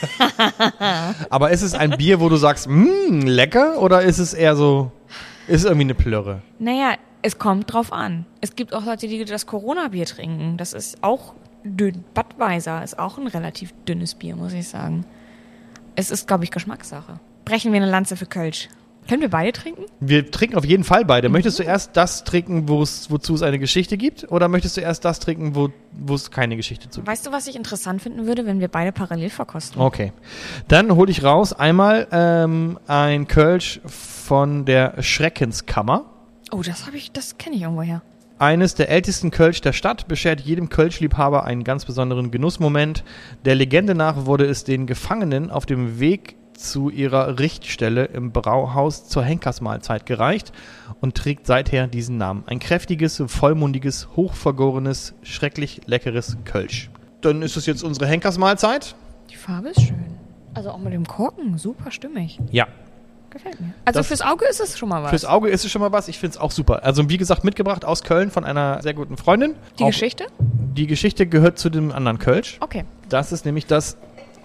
Aber ist es ein Bier, wo du sagst, mmm, lecker? Oder ist es eher so, ist es irgendwie eine Plörre? Naja, es kommt drauf an. Es gibt auch Leute, die das Corona-Bier trinken. Das ist auch dünn. Budweiser ist auch ein relativ dünnes Bier, muss ich sagen. Es ist, glaube ich, Geschmackssache. Brechen wir eine Lanze für Kölsch. Können wir beide trinken? Wir trinken auf jeden Fall beide. Möchtest du erst das trinken, wo es, wozu es eine Geschichte gibt? Oder möchtest du erst das trinken, wo, wo es keine Geschichte zu gibt? Weißt du, was ich interessant finden würde, wenn wir beide parallel verkosten? Okay. Dann hole ich raus einmal ähm, ein Kölsch von der Schreckenskammer. Oh, das habe ich, das kenne ich irgendwoher. Eines der ältesten Kölsch der Stadt beschert jedem Kölschliebhaber einen ganz besonderen Genussmoment. Der Legende nach wurde es den Gefangenen auf dem Weg zu ihrer Richtstelle im Brauhaus zur Henkersmahlzeit gereicht und trägt seither diesen Namen. Ein kräftiges, vollmundiges, hochvergorenes, schrecklich leckeres Kölsch. Dann ist es jetzt unsere Henkersmahlzeit. Die Farbe ist schön. Also auch mit dem Korken, super stimmig. Ja. Gefällt mir. Also Das- fürs Auge ist es schon mal was. Fürs Auge ist es schon mal was. Ich finde es auch super. Also wie gesagt, mitgebracht aus Köln von einer sehr guten Freundin. Die Auch Geschichte? Die Geschichte gehört zu dem anderen Kölsch. Okay. Das ist nämlich das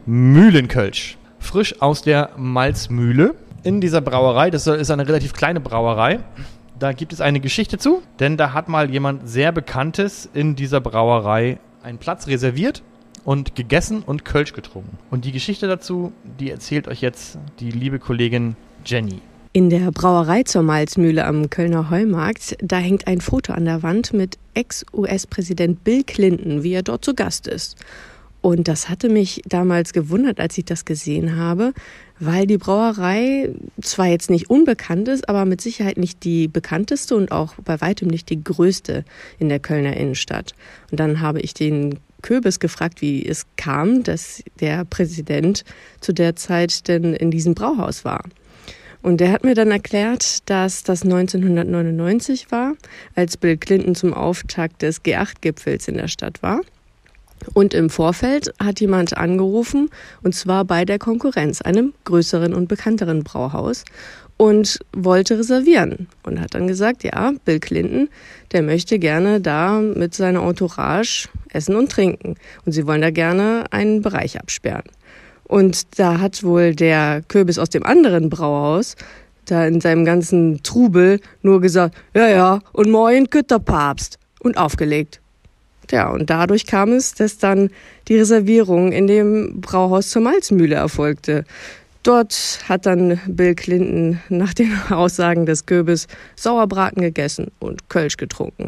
Mühlenkölsch. Frisch aus der Malzmühle. In dieser Brauerei, das ist eine relativ kleine Brauerei, da gibt es eine Geschichte zu, denn da hat mal jemand sehr Bekanntes in dieser Brauerei einen Platz reserviert und gegessen und Kölsch getrunken. Und die Geschichte dazu, die erzählt euch jetzt die liebe Kollegin Jenny. In der Brauerei zur Malzmühle am Kölner Heumarkt, da hängt ein Foto an der Wand mit Ex-U S-Präsident Bill Clinton, wie er dort zu Gast ist. Und das hatte mich damals gewundert, als ich das gesehen habe, weil die Brauerei zwar jetzt nicht unbekannt ist, aber mit Sicherheit nicht die bekannteste und auch bei weitem nicht die größte in der Kölner Innenstadt. Und dann habe ich den Köbis gefragt, wie es kam, dass der Präsident zu der Zeit denn in diesem Brauhaus war. Und der hat mir dann erklärt, dass das neunzehnhundertneunundneunzig war, als Bill Clinton zum Auftakt des G acht Gipfels in der Stadt war. Und im Vorfeld hat jemand angerufen, und zwar bei der Konkurrenz, einem größeren und bekannteren Brauhaus, und wollte reservieren. Und hat dann gesagt, ja, Bill Clinton, der möchte gerne da mit seiner Entourage essen und trinken. Und sie wollen da gerne einen Bereich absperren. Und da hat wohl der Köbis aus dem anderen Brauhaus da in seinem ganzen Trubel nur gesagt, ja, ja, und morgen kütter Papst, und aufgelegt. Ja, und dadurch kam es, dass dann die Reservierung in dem Brauhaus zur Malzmühle erfolgte. Dort hat dann Bill Clinton nach den Aussagen des Köbis Sauerbraten gegessen und Kölsch getrunken.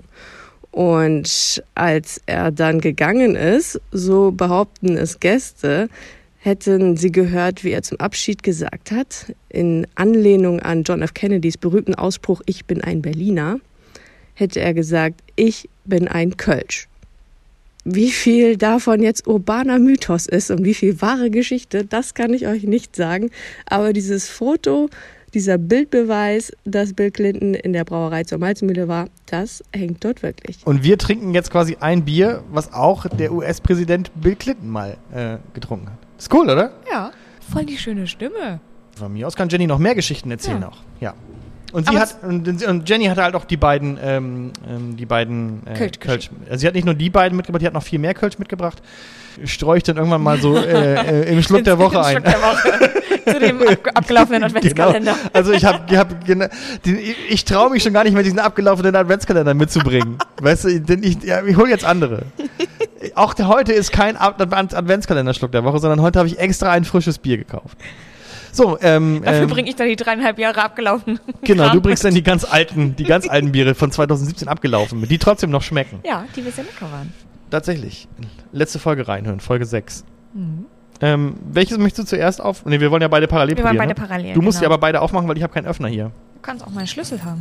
Und als er dann gegangen ist, so behaupten es Gäste, hätten sie gehört, wie er zum Abschied gesagt hat, in Anlehnung an John F. Kennedys berühmten Ausspruch, ich bin ein Berliner, hätte er gesagt, ich bin ein Kölsch. Wie viel davon jetzt urbaner Mythos ist und wie viel wahre Geschichte, das kann ich euch nicht sagen. Aber dieses Foto, dieser Bildbeweis, dass Bill Clinton in der Brauerei zur Malzmühle war, das hängt dort wirklich. Und wir trinken jetzt quasi ein Bier, was auch der U S-Präsident Bill Clinton mal äh, getrunken hat. Ist cool, oder? Ja, voll die schöne Stimme. Von mir aus kann Jenny noch mehr Geschichten erzählen Ja. auch. Ja. Und sie Aber hat und, und Jenny hatte halt auch die beiden ähm, ähm, die beiden äh, Kölsch- Kölsch. Also sie hat nicht nur die beiden mitgebracht, die hat noch viel mehr Kölsch mitgebracht. Streue ich dann irgendwann mal so äh, äh, im Schluck der Woche ein. Schluck der Woche. Zu dem ab, abgelaufenen Adventskalender. Genau. Also ich habe hab, gena- den, ich, ich traue mich schon gar nicht mehr, diesen abgelaufenen Adventskalender mitzubringen. Weißt du, denn ich, ja, ich hole jetzt andere. Auch der heute ist kein Ad- Adventskalender-Schluck der Woche, sondern heute habe ich extra ein frisches Bier gekauft. So, ähm, Dafür ähm, bringe ich dann die dreieinhalb Jahre abgelaufen. genau, du bringst dann die ganz alten, die ganz alten Biere von zweitausendsiebzehn abgelaufen, mit die trotzdem noch schmecken. Ja, die bisschen lecker waren. Tatsächlich. Letzte Folge reinhören, Folge sechs. Mhm. Ähm, welches möchtest du zuerst auf? Ne, wir wollen ja beide parallel Wir wollen probieren. beide ne? parallel, Du musst genau. die aber beide aufmachen, weil ich habe keinen Öffner hier. Du kannst auch mal einen Schlüssel haben.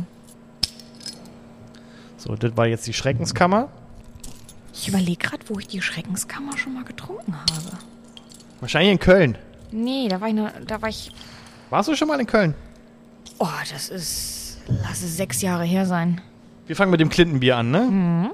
So, das war jetzt die Schreckenskammer. Ich überlege gerade, wo ich die Schreckenskammer schon mal getrunken habe. Wahrscheinlich in Köln. Nee, da war ich nur, da war ich. Warst du schon mal in Köln? Oh, das ist. Lass es sechs Jahre her sein. Wir fangen mit dem Clinton-Bier an, ne? Mhm.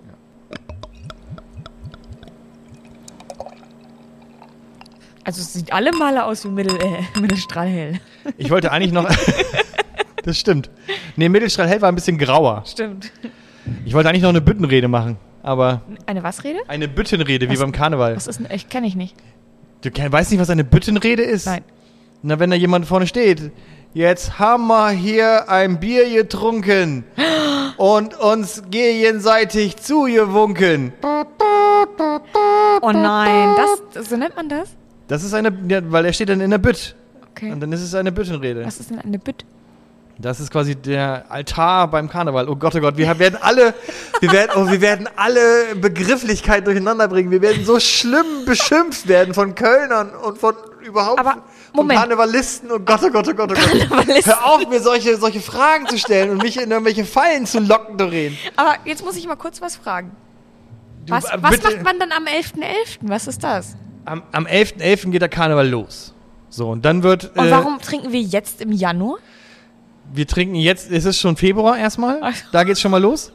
Also es sieht alle Male aus wie Mittel, äh, Mittelstrahlhell. Ich wollte eigentlich noch... Das stimmt. Nee, Mittelstrahl-Hell war ein bisschen grauer. Stimmt. Ich wollte eigentlich noch eine Büttenrede machen, aber... Eine was Rede? Eine Büttenrede, wie Was- beim Karneval. Was ist denn? Ich kenne ich nicht. Du kenn- weißt nicht, was eine Büttenrede ist? Nein. Na, wenn da jemand vorne steht. Jetzt haben wir hier ein Bier getrunken und uns gegenseitig zugewunken. Oh nein, das, so nennt man das? Das ist eine, ja, weil er steht dann in der Bütt. Okay. Und dann ist es eine Büttenrede. Was ist denn eine Bütt? Das ist quasi der Altar beim Karneval. Oh Gott, oh Gott, wir werden alle, wir werden, oh, wir werden alle Begrifflichkeiten durcheinander bringen. Wir werden so schlimm beschimpft werden von Kölnern und von überhaupt Aber, von Moment. Karnevalisten. Oh Gott, oh Gott, oh Gott, oh Gott. Karnevalisten. Hör auf, mir solche, solche Fragen zu stellen und mich in irgendwelche Fallen zu locken, Doreen. Aber jetzt muss ich mal kurz was fragen. Du, Was, äh, was bitte. macht man dann am elften elften? Was ist das? Am, am elften elften geht der Karneval los. So, und dann wird... Und äh, warum trinken wir jetzt im Januar? Wir trinken jetzt, es ist schon Februar erstmal, Ach. da geht's schon mal los.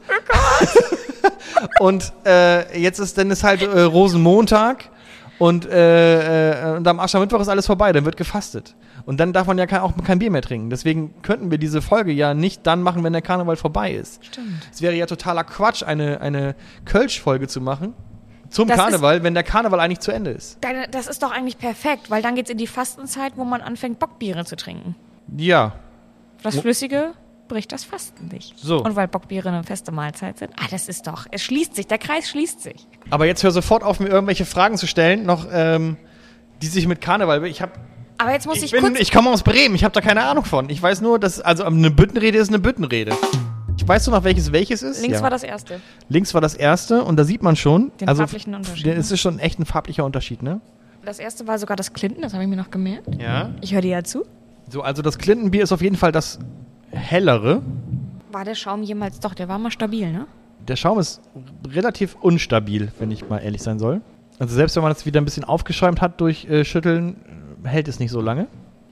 Und äh, jetzt ist dann ist halt äh, Rosenmontag und, äh, äh, und am Aschermittwoch ist alles vorbei, dann wird gefastet. Und dann darf man ja kein, auch kein Bier mehr trinken. Deswegen könnten wir diese Folge ja nicht dann machen, wenn der Karneval vorbei ist. Stimmt. Es wäre ja totaler Quatsch, eine, eine Kölsch-Folge zu machen, Zum Das Karneval, ist, wenn der Karneval eigentlich zu Ende ist. Das ist doch eigentlich perfekt, weil dann geht's in die Fastenzeit, wo man anfängt, Bockbiere zu trinken. Ja. Das Flüssige bricht das Fasten nicht. So. Und weil Bockbiere eine feste Mahlzeit sind. Ah, das ist doch, es schließt sich, der Kreis schließt sich. Aber jetzt hör sofort auf, mir irgendwelche Fragen zu stellen, noch, ähm, die sich mit Karneval, ich habe Aber jetzt muss ich, ich bin, kurz... Ich komme aus Bremen, ich habe da keine Ahnung von. Ich weiß nur, dass, also eine Büttenrede ist eine Büttenrede. Weißt du noch, welches welches ist? Links ja. war das erste. Links war das erste und da sieht man schon. Den also, farblichen Unterschied. Es ist schon echt ein farblicher Unterschied, ne? Das erste war sogar das Clinton, das habe ich mir noch gemerkt. Ja. Ich höre dir ja zu. So, also das Clinton-Bier ist auf jeden Fall das hellere. War der Schaum jemals, doch, der war mal stabil, ne? Der Schaum ist relativ unstabil, wenn ich mal ehrlich sein soll. Also selbst wenn man es wieder ein bisschen aufgeschäumt hat durch äh, Schütteln, hält es nicht so lange.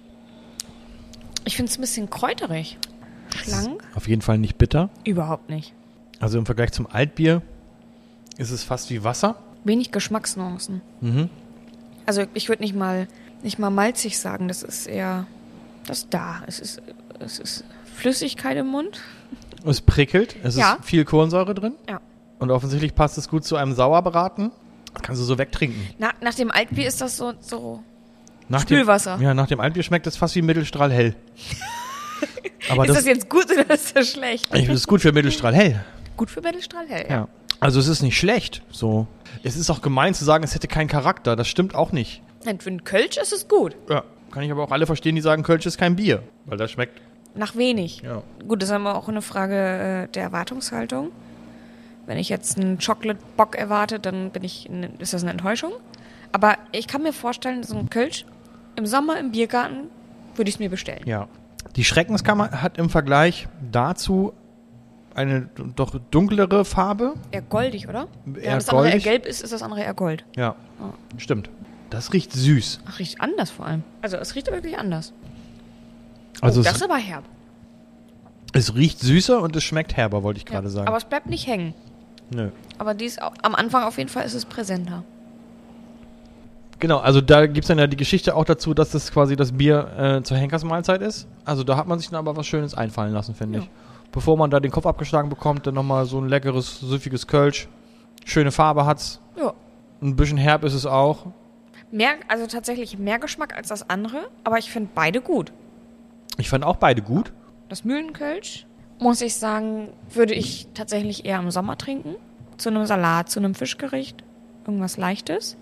Ich finde es ein bisschen kräuterig. Schlank? Auf jeden Fall nicht bitter. Überhaupt nicht. Also im Vergleich zum Altbier ist es fast wie Wasser. Wenig Geschmacksnuancen. Mhm. Also ich würde nicht mal, nicht mal malzig sagen, das ist eher das da. Es ist, es ist Flüssigkeit im Mund. Es prickelt, es Ja. ist viel Kohlensäure drin. Ja. Und offensichtlich passt es gut zu einem Sauerbraten. Das kannst du so wegtrinken. Na, nach dem Altbier ist das so, so Nach Spülwasser. Dem, ja, nach dem Altbier schmeckt es fast wie Mittelstrahl hell. Aber ist das, das jetzt gut oder ist das schlecht? Ich finde es gut für Mittelstrahl hell. Gut für Mittelstrahl hell, ja. Ja. Also es ist nicht schlecht. So. Es ist auch gemein zu sagen, es hätte keinen Charakter. Das stimmt auch nicht. Und für einen Kölsch ist es gut. Ja. Kann ich aber auch alle verstehen, die sagen, Kölsch ist kein Bier. Weil das schmeckt. Nach wenig. Ja. Gut, das ist aber auch eine Frage äh, der Erwartungshaltung. Wenn ich jetzt einen Chocolate-Bock erwarte, dann bin ich, ist das eine Enttäuschung. Aber ich kann mir vorstellen, so ein Kölsch im Sommer im Biergarten würde ich es mir bestellen. Ja. Die Schreckenskammer hat im Vergleich dazu eine doch dunklere Farbe. Eher goldig, oder? Eher Wenn das andere eher goldig. gelb ist, ist das andere eher gold. Ja, Oh. stimmt. Das riecht süß. Ach, riecht anders vor allem. Also es riecht wirklich anders. Also oh, das es, ist aber herb. es riecht süßer und es schmeckt herber, wollte ich gerade Ja. sagen. Aber es bleibt nicht hängen. Nö. Aber dies, am Anfang auf jeden Fall ist es präsenter. Genau, also da gibt es dann ja die Geschichte auch dazu, dass das quasi das Bier äh, zur Henkersmahlzeit ist. Also da hat man sich dann aber was Schönes einfallen lassen, finde Ja. ich. Bevor man da den Kopf abgeschlagen bekommt, dann nochmal so ein leckeres, süffiges Kölsch. Schöne Farbe hat's. Ja. Ein bisschen herb ist es auch. Mehr, also tatsächlich mehr Geschmack als das andere, aber ich finde beide gut. Ich fand auch beide gut. Das Mühlenkölsch, muss ich sagen, würde ich tatsächlich eher im Sommer trinken. Zu einem Salat, zu einem Fischgericht. Irgendwas Leichtes.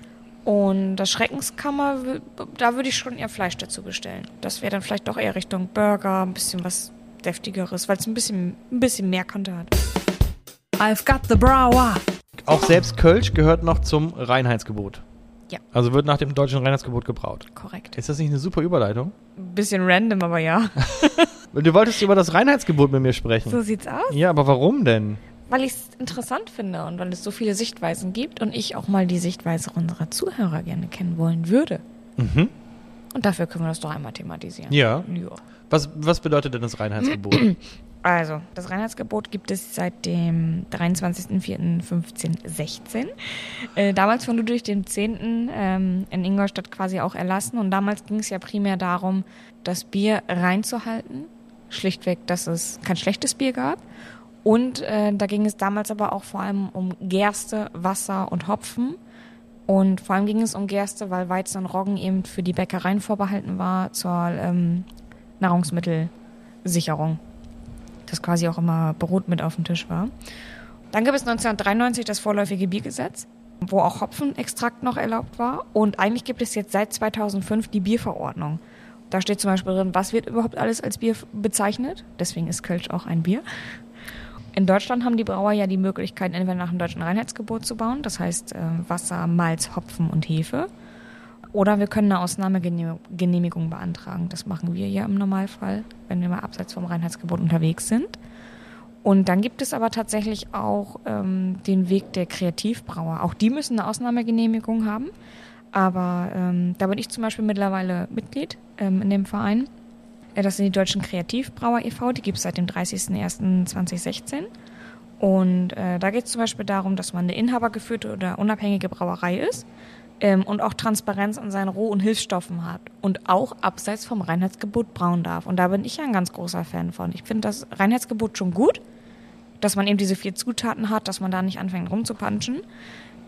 Und das Schreckenskammer, w- da würde ich schon eher Fleisch dazu bestellen. Das wäre dann vielleicht doch eher Richtung Burger, ein bisschen was Deftigeres, weil es ein bisschen, ein bisschen mehr Kante hat. I've got the brower. Auch selbst Kölsch gehört noch zum Reinheitsgebot. Ja. Also wird nach dem deutschen Reinheitsgebot gebraut. Korrekt. Ist das nicht eine super Überleitung? Ein bisschen random, aber ja. Du wolltest über das Reinheitsgebot mit mir sprechen. So sieht's aus. Ja, aber warum denn? Weil ich es interessant finde und weil es so viele Sichtweisen gibt und ich auch mal die Sichtweise unserer Zuhörer gerne kennen wollen würde. Mhm. Und dafür können wir das doch einmal thematisieren. Ja. Ja. Was, was bedeutet denn das Reinheitsgebot? Also, das Reinheitsgebot gibt es seit dem dreiundzwanzigsten vierten fünfzehnhundertsechzehn. Äh, damals von Ludwig dem Zehnten Ähm, in Ingolstadt quasi auch erlassen. Und damals ging es ja primär darum, das Bier reinzuhalten. Schlichtweg, dass es kein schlechtes Bier gab. Und äh, da ging es damals aber auch vor allem um Gerste, Wasser und Hopfen. Und vor allem ging es um Gerste, weil Weizen und Roggen eben für die Bäckereien vorbehalten war zur ähm, Nahrungsmittelsicherung. Das quasi auch immer Brot mit auf dem Tisch war. Dann gibt es neunzehnhundertdreiundneunzig das vorläufige Biergesetz, wo auch Hopfenextrakt noch erlaubt war. Und eigentlich gibt es jetzt seit zweitausendfünf die Bierverordnung. Da steht zum Beispiel drin, was wird überhaupt alles als Bier bezeichnet. Deswegen ist Kölsch auch ein Bier. In Deutschland haben die Brauer ja die Möglichkeit, entweder nach dem deutschen Reinheitsgebot zu bauen, das heißt äh, Wasser, Malz, Hopfen und Hefe. Oder wir können eine Ausnahmegenehmigung beantragen. Das machen wir ja im Normalfall, wenn wir mal abseits vom Reinheitsgebot unterwegs sind. Und dann gibt es aber tatsächlich auch ähm, den Weg der Kreativbrauer. Auch die müssen eine Ausnahmegenehmigung haben. Aber ähm, da bin ich zum Beispiel mittlerweile Mitglied ähm, in dem Verein. Äh, das sind die Deutschen Kreativbrauer e V Die gibt es seit dem dreißigsten ersten zweitausendsechzehn. Und äh, da geht es zum Beispiel darum, dass man eine inhabergeführte oder unabhängige Brauerei ist. Ähm, und auch Transparenz an seinen Roh- und Hilfsstoffen hat und auch abseits vom Reinheitsgebot brauen darf. Und da bin ich ja ein ganz großer Fan von. Ich finde das Reinheitsgebot schon gut, dass man eben diese vier Zutaten hat, dass man da nicht anfängt rumzupanschen.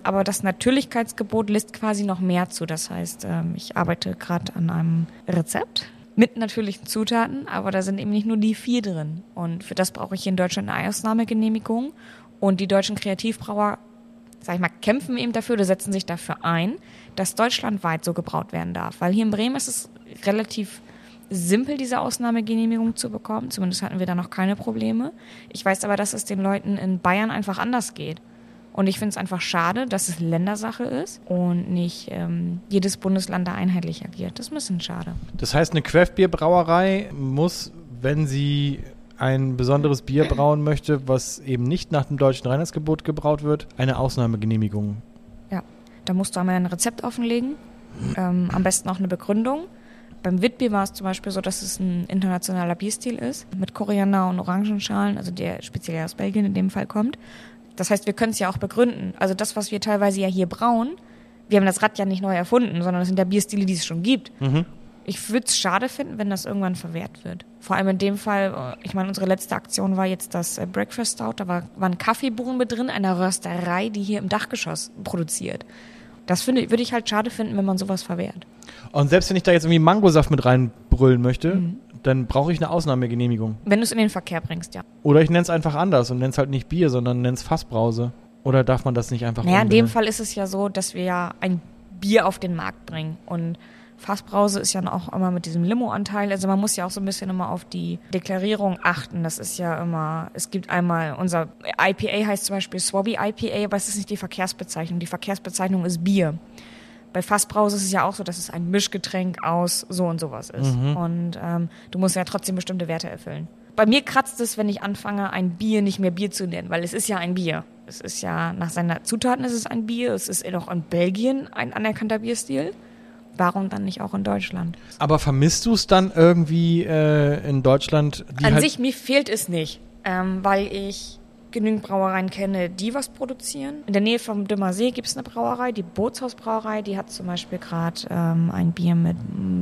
aber das Natürlichkeitsgebot lässt quasi noch mehr zu. Das heißt, ähm, ich arbeite gerade an einem Rezept mit natürlichen Zutaten, aber da sind eben nicht nur die vier drin. Und für das brauche ich hier in Deutschland eine Ausnahmegenehmigung. Und die deutschen Kreativbrauer, sag ich mal, kämpfen eben dafür oder setzen sich dafür ein, dass deutschlandweit so gebraut werden darf. Weil hier in Bremen ist es relativ simpel, diese Ausnahmegenehmigung zu bekommen. Zumindest hatten wir da noch keine Probleme. Ich weiß aber, dass es den Leuten in Bayern einfach anders geht. Und ich finde es einfach schade, dass es Ländersache ist und nicht ähm, jedes Bundesland da einheitlich agiert. Das ist ein bisschen schade. Das heißt, eine Craft-Bier-Brauerei muss, wenn sie ein besonderes Bier brauen möchte, was eben nicht nach dem deutschen Reinheitsgebot gebraut wird, eine Ausnahmegenehmigung. Ja, da musst du einmal ein Rezept offenlegen, ähm, am besten auch eine Begründung. Beim Witbier war es zum Beispiel so, dass es ein internationaler Bierstil ist, mit Koriander und Orangenschalen, also der speziell aus Belgien in dem Fall kommt. Das heißt, wir können es ja auch begründen. Also das, was wir teilweise ja hier brauen, wir haben das Rad ja nicht neu erfunden, sondern das sind ja Bierstile, die es schon gibt. Mhm. Ich würde es schade finden, wenn das irgendwann verwehrt wird. Vor allem in dem Fall, ich meine, unsere letzte Aktion war jetzt das Breakfast Stout, da war, waren Kaffeebohnen mit drin, einer Rösterei, die hier im Dachgeschoss produziert. Das finde, würde ich halt schade finden, wenn man sowas verwehrt. Und selbst wenn ich da jetzt irgendwie Mangosaft mit reinbrüllen möchte, mhm. dann brauche ich eine Ausnahmegenehmigung. Wenn du es in den Verkehr bringst, ja. Oder ich nenne es einfach anders und nenne es halt nicht Bier, sondern nenne es Fassbrause. Oder darf man das nicht einfach Naja, umbenennen? in dem Fall ist es ja so, dass wir ja ein Bier auf den Markt bringen. Und Fassbrause ist ja auch immer mit diesem Limo-Anteil. Also man muss ja auch so ein bisschen immer auf die Deklarierung achten. Das ist ja immer, es gibt einmal, unser I P A heißt zum Beispiel Swabby I P A, aber es ist nicht die Verkehrsbezeichnung. Die Verkehrsbezeichnung ist Bier. Bei Fassbrause ist es ja auch so, dass es ein Mischgetränk aus so und sowas ist. Mhm. Und ähm, du musst ja trotzdem bestimmte Werte erfüllen. Bei mir kratzt es, wenn ich anfange, ein Bier nicht mehr Bier zu nennen, weil es ist ja ein Bier. Es ist ja, nach seiner Zutaten ist es ein Bier. Es ist auch in Belgien ein anerkannter Bierstil. Warum dann nicht auch in Deutschland? Aber vermisst du es dann irgendwie äh, in Deutschland? Die An halt sich, mir fehlt es nicht, ähm, weil ich genügend Brauereien kenne, die was produzieren. In der Nähe vom Dümmer See gibt es eine Brauerei, die Bootshausbrauerei, die hat zum Beispiel gerade ähm, ein Bier mit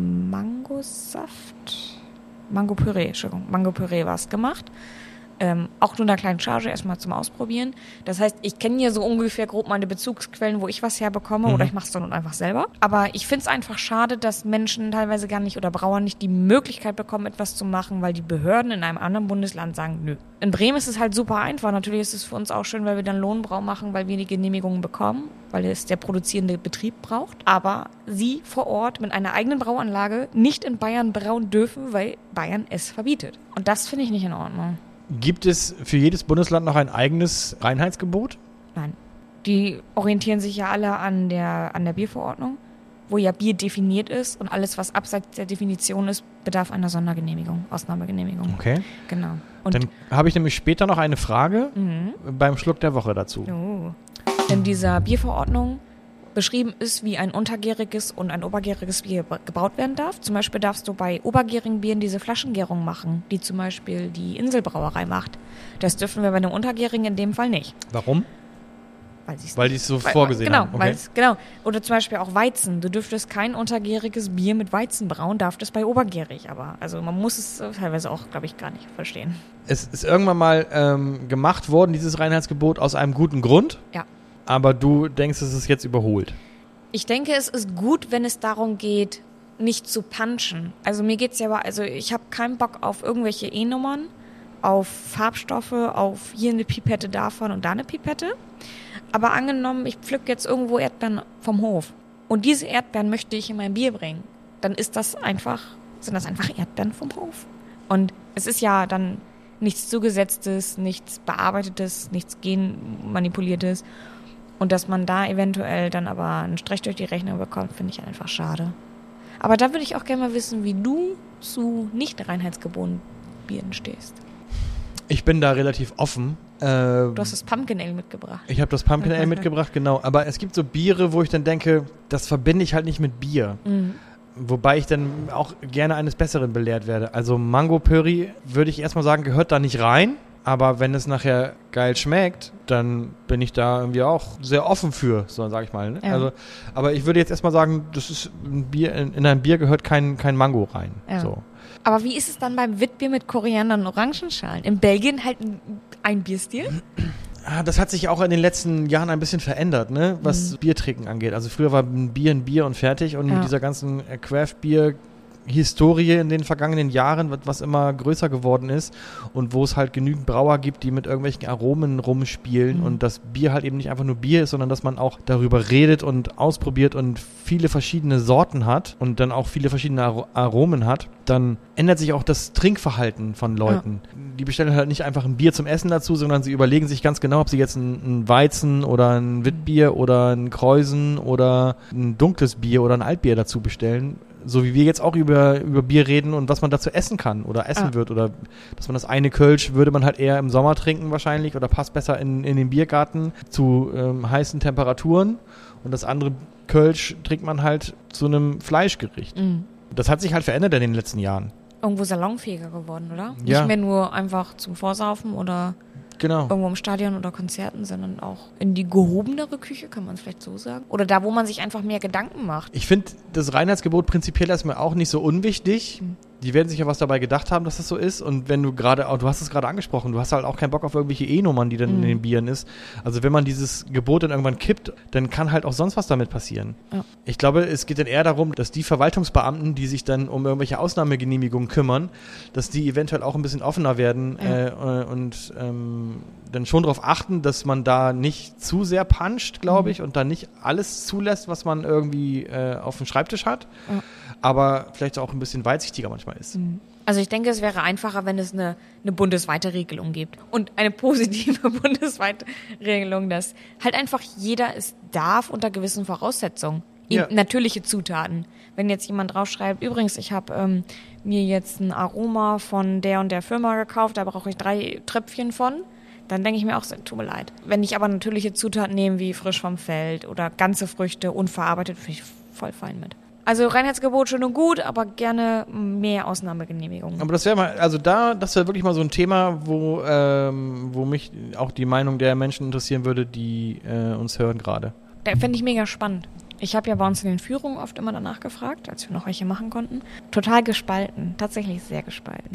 Mangosaft, Mango-Püree, Entschuldigung, Mango-Püree war es gemacht. Ähm, auch nur in einer kleinen Charge erstmal zum Ausprobieren. Das heißt, ich kenne hier so ungefähr grob meine Bezugsquellen, wo ich was herbekomme, mhm. oder ich mache es dann einfach selber. Aber ich finde es einfach schade, dass Menschen teilweise gar nicht oder Brauer nicht die Möglichkeit bekommen, etwas zu machen, weil die Behörden in einem anderen Bundesland sagen, nö. In Bremen ist es halt super einfach. Natürlich ist es für uns auch schön, weil wir dann Lohnbrau machen, weil wir die Genehmigungen bekommen, weil es der produzierende Betrieb braucht. Aber sie vor Ort mit einer eigenen Brauanlage nicht in Bayern brauen dürfen, weil Bayern es verbietet. Und das finde ich nicht in Ordnung. Gibt es für jedes Bundesland noch ein eigenes Reinheitsgebot? Nein. Die orientieren sich ja alle an der, an der Bierverordnung, wo ja Bier definiert ist und alles, was abseits der Definition ist, bedarf einer Sondergenehmigung, Ausnahmegenehmigung. Okay. Genau. Und dann habe ich nämlich später noch eine Frage mhm. beim Schluck der Woche dazu. Oh. In dieser Bierverordnung beschrieben ist, wie ein untergäriges und ein obergäriges Bier gebraut werden darf. Zum Beispiel darfst du bei obergärigen Bieren diese Flaschengärung machen, die zum Beispiel die Inselbrauerei macht. Das dürfen wir bei einem untergärigen in dem Fall nicht. Warum? Weil, weil die es so weil, vorgesehen genau, haben. Okay. Genau. Oder zum Beispiel auch Weizen. Du dürftest kein untergäriges Bier mit Weizen brauen, darfst bei obergärig. Aber also man muss es teilweise auch, glaube ich, gar nicht verstehen. Es ist irgendwann mal ähm, gemacht worden, dieses Reinheitsgebot, aus einem guten Grund. Ja. Aber du denkst, es ist jetzt überholt? Ich denke, es ist gut, wenn es darum geht, nicht zu punchen. Also mir geht's ja aber, also ich habe keinen Bock auf irgendwelche E-Nummern, auf Farbstoffe, auf hier eine Pipette davon und da eine Pipette. Aber angenommen, ich pflück jetzt irgendwo Erdbeeren vom Hof und diese Erdbeeren möchte ich in mein Bier bringen, dann ist das einfach, sind das einfach Erdbeeren vom Hof. Und es ist ja dann nichts Zugesetztes, nichts Bearbeitetes, nichts Genmanipuliertes. Und dass man da eventuell dann aber einen Strich durch die Rechnung bekommt, finde ich einfach schade. Aber da würde ich auch gerne mal wissen, wie du zu nicht-reinheitsgeboten Bieren stehst. Ich bin da relativ offen. Äh, du hast das Pumpkin Ale mitgebracht. Ich habe das Pumpkin Ale mitgebracht, genau. Aber es gibt so Biere, wo ich dann denke, das verbinde ich halt nicht mit Bier. Mhm. Wobei ich dann auch gerne eines Besseren belehrt werde. Also Mango Püree, würde ich erstmal sagen, gehört da nicht rein. Aber wenn es nachher geil schmeckt, dann bin ich da irgendwie auch sehr offen für, so sag ich mal. Ne? Ja. Also, aber ich würde jetzt erstmal sagen, das ist ein Bier, in, in ein Bier gehört kein, kein Mango rein. Ja. So. Aber wie ist es dann beim Witbier mit Koriander und Orangenschalen? In Belgien halt ein, ein Bierstil? Das hat sich auch in den letzten Jahren ein bisschen verändert, ne? Was mhm. Biertrinken angeht. Also früher war ein Bier ein Bier und fertig und ja. mit dieser ganzen Craft-Bier Historie in den vergangenen Jahren, was immer größer geworden ist und wo es halt genügend Brauer gibt, die mit irgendwelchen Aromen rumspielen mhm. und das Bier halt eben nicht einfach nur Bier ist, sondern dass man auch darüber redet und ausprobiert und viele verschiedene Sorten hat und dann auch viele verschiedene Ar- Aromen hat, dann ändert sich auch das Trinkverhalten von Leuten. Ja. Die bestellen halt nicht einfach ein Bier zum Essen dazu, sondern sie überlegen sich ganz genau, ob sie jetzt ein, ein Weizen oder ein Witbier oder ein Kreuzen oder ein dunkles Bier oder ein Altbier dazu bestellen. So wie wir jetzt auch über, über Bier reden und was man dazu essen kann oder essen ah. wird. Oder dass man das eine Kölsch würde man halt eher im Sommer trinken wahrscheinlich oder passt besser in, in den Biergarten zu ähm, heißen Temperaturen. Und das andere Kölsch trinkt man halt zu einem Fleischgericht. Mhm. Das hat sich halt verändert in den letzten Jahren. Irgendwo salonfähiger geworden, oder? Ja. Nicht mehr nur einfach zum Vorsaufen oder genau. irgendwo im Stadion oder Konzerten, sondern auch in die gehobenere Küche, kann man es vielleicht so sagen. Oder da, wo man sich einfach mehr Gedanken macht. Ich finde das Reinheitsgebot prinzipiell erstmal auch nicht so unwichtig. Mhm. Die werden sich ja was dabei gedacht haben, dass das so ist. Und wenn du gerade, du hast es gerade angesprochen, du hast halt auch keinen Bock auf irgendwelche E-Nummern, die dann mhm. in den Bieren ist. Also wenn man dieses Gebot dann irgendwann kippt, dann kann halt auch sonst was damit passieren. Ja. Ich glaube, es geht dann eher darum, dass die Verwaltungsbeamten, die sich dann um irgendwelche Ausnahmegenehmigungen kümmern, dass die eventuell auch ein bisschen offener werden ja. äh, und ähm, dann schon darauf achten, dass man da nicht zu sehr puncht, glaube mhm. ich, und dann nicht alles zulässt, was man irgendwie äh, auf dem Schreibtisch hat. Ja. Aber vielleicht auch ein bisschen weitsichtiger manchmal ist. Also ich denke, es wäre einfacher, wenn es eine, eine bundesweite Regelung gibt. Und eine positive bundesweite Regelung, dass halt einfach jeder es darf unter gewissen Voraussetzungen. Ja. Natürliche Zutaten. Wenn jetzt jemand draufschreibt, übrigens, ich habe ähm, mir jetzt ein Aroma von der und der Firma gekauft, da brauche ich drei Tröpfchen von, dann denke ich mir auch, tut mir leid. Wenn ich aber natürliche Zutaten nehme, wie frisch vom Feld oder ganze Früchte, unverarbeitet, finde ich voll fein mit. Also Reinheitsgebot schön und gut, aber gerne mehr Ausnahmegenehmigungen. Aber das wäre mal, also da, das wäre wirklich mal so ein Thema, wo, ähm, wo mich auch die Meinung der Menschen interessieren würde, die äh, uns hören gerade. Da fände ich mega spannend. Ich habe ja bei uns in den Führungen oft immer danach gefragt, als wir noch welche machen konnten. Total gespalten, tatsächlich sehr gespalten.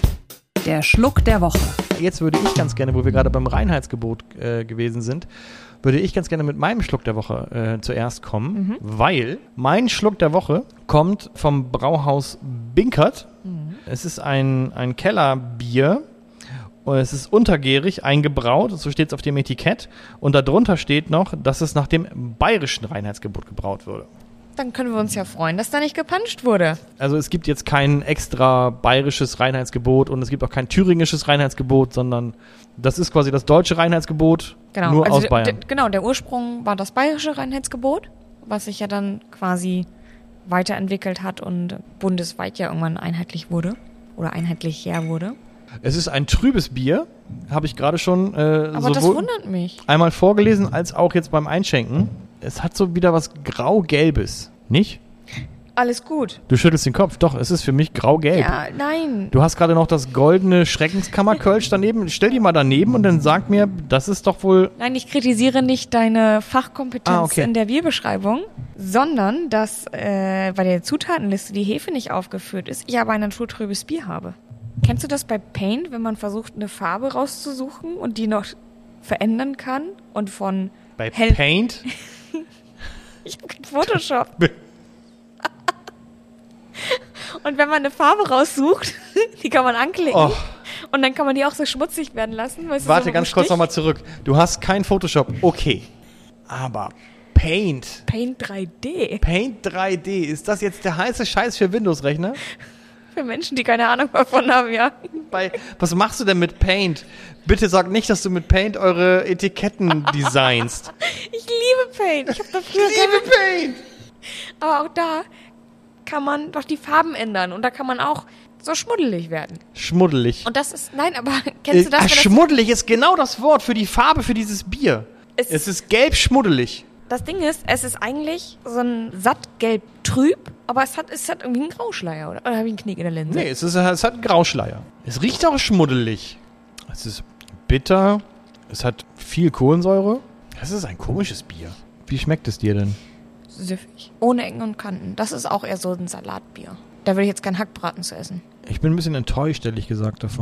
Der Schluck der Woche. Jetzt würde ich ganz gerne, wo wir gerade beim Reinheitsgebot äh, gewesen sind, würde ich ganz gerne mit meinem Schluck der Woche äh, zuerst kommen, mhm. weil mein Schluck der Woche kommt vom Brauhaus Binkert. Mhm. Es ist ein, ein Kellerbier. Es ist untergärig eingebraut, so steht es auf dem Etikett. Und darunter steht noch, dass es nach dem bayerischen Reinheitsgebot gebraut wurde. Dann können wir uns ja freuen, dass da nicht gepanscht wurde. Also es gibt jetzt kein extra bayerisches Reinheitsgebot und es gibt auch kein thüringisches Reinheitsgebot, sondern das ist quasi das deutsche Reinheitsgebot, genau, nur also aus Bayern. D- genau, der Ursprung war das bayerische Reinheitsgebot, was sich ja dann quasi weiterentwickelt hat und bundesweit ja irgendwann einheitlich wurde oder einheitlich her wurde. Es ist ein trübes Bier, habe ich gerade schon äh, Aber das wundert mich. einmal vorgelesen, als auch jetzt beim Einschenken. Es hat so wieder was Grau-Gelbes, nicht? Alles gut. Du schüttelst den Kopf. Doch, es ist für mich grau-gelb. Ja, nein. Du hast gerade noch das goldene Schreckenskammerkölsch daneben. Stell die mal daneben und dann sag mir, das ist doch wohl... Nein, ich kritisiere nicht deine Fachkompetenz ah, okay. in der Bierbeschreibung, sondern dass äh, bei der Zutatenliste die Hefe nicht aufgeführt ist, ich aber ein naturtrübes Bier habe. Kennst du das bei Paint, wenn man versucht, eine Farbe rauszusuchen und die noch verändern kann und von... Bei hell- Paint? Ich habe kein Photoshop. Und wenn man eine Farbe raussucht, die kann man anklicken. Oh. Und dann kann man die auch so schmutzig werden lassen. Weißt Warte, du, so ganz kurz nochmal zurück. Du hast kein Photoshop. Okay. Aber Paint. Paint drei D. Paint drei D. Ist das jetzt der heiße Scheiß für Windows-Rechner? Für Menschen, die keine Ahnung davon haben, ja. Bei, was machst du denn mit Paint? Bitte sag nicht, dass du mit Paint eure Etiketten designst. Ich liebe Paint. Ich, hab dafür ich liebe Paint. Aber auch da kann man doch die Farben ändern. Und da kann man auch so schmuddelig werden. Schmuddelig. Und das ist, nein, aber kennst du das? Äh, schmuddelig ist genau das Wort für die Farbe für dieses Bier. Es, es ist gelb schmuddelig. Das Ding ist, es ist eigentlich so ein sattgelb trüb, aber es hat, es hat irgendwie einen Grauschleier, oder? Oder habe ich einen Knick in der Linse? Nee, es, ist, es hat einen Grauschleier. Es riecht auch schmuddelig. Es ist bitter. Es hat viel Kohlensäure. Das ist ein komisches Bier. Wie schmeckt es dir denn? Süffig. Ohne Ecken und Kanten. Das ist auch eher so ein Salatbier. Da würde ich jetzt keinen Hackbraten zu essen. Ich bin ein bisschen enttäuscht, ehrlich gesagt, davon.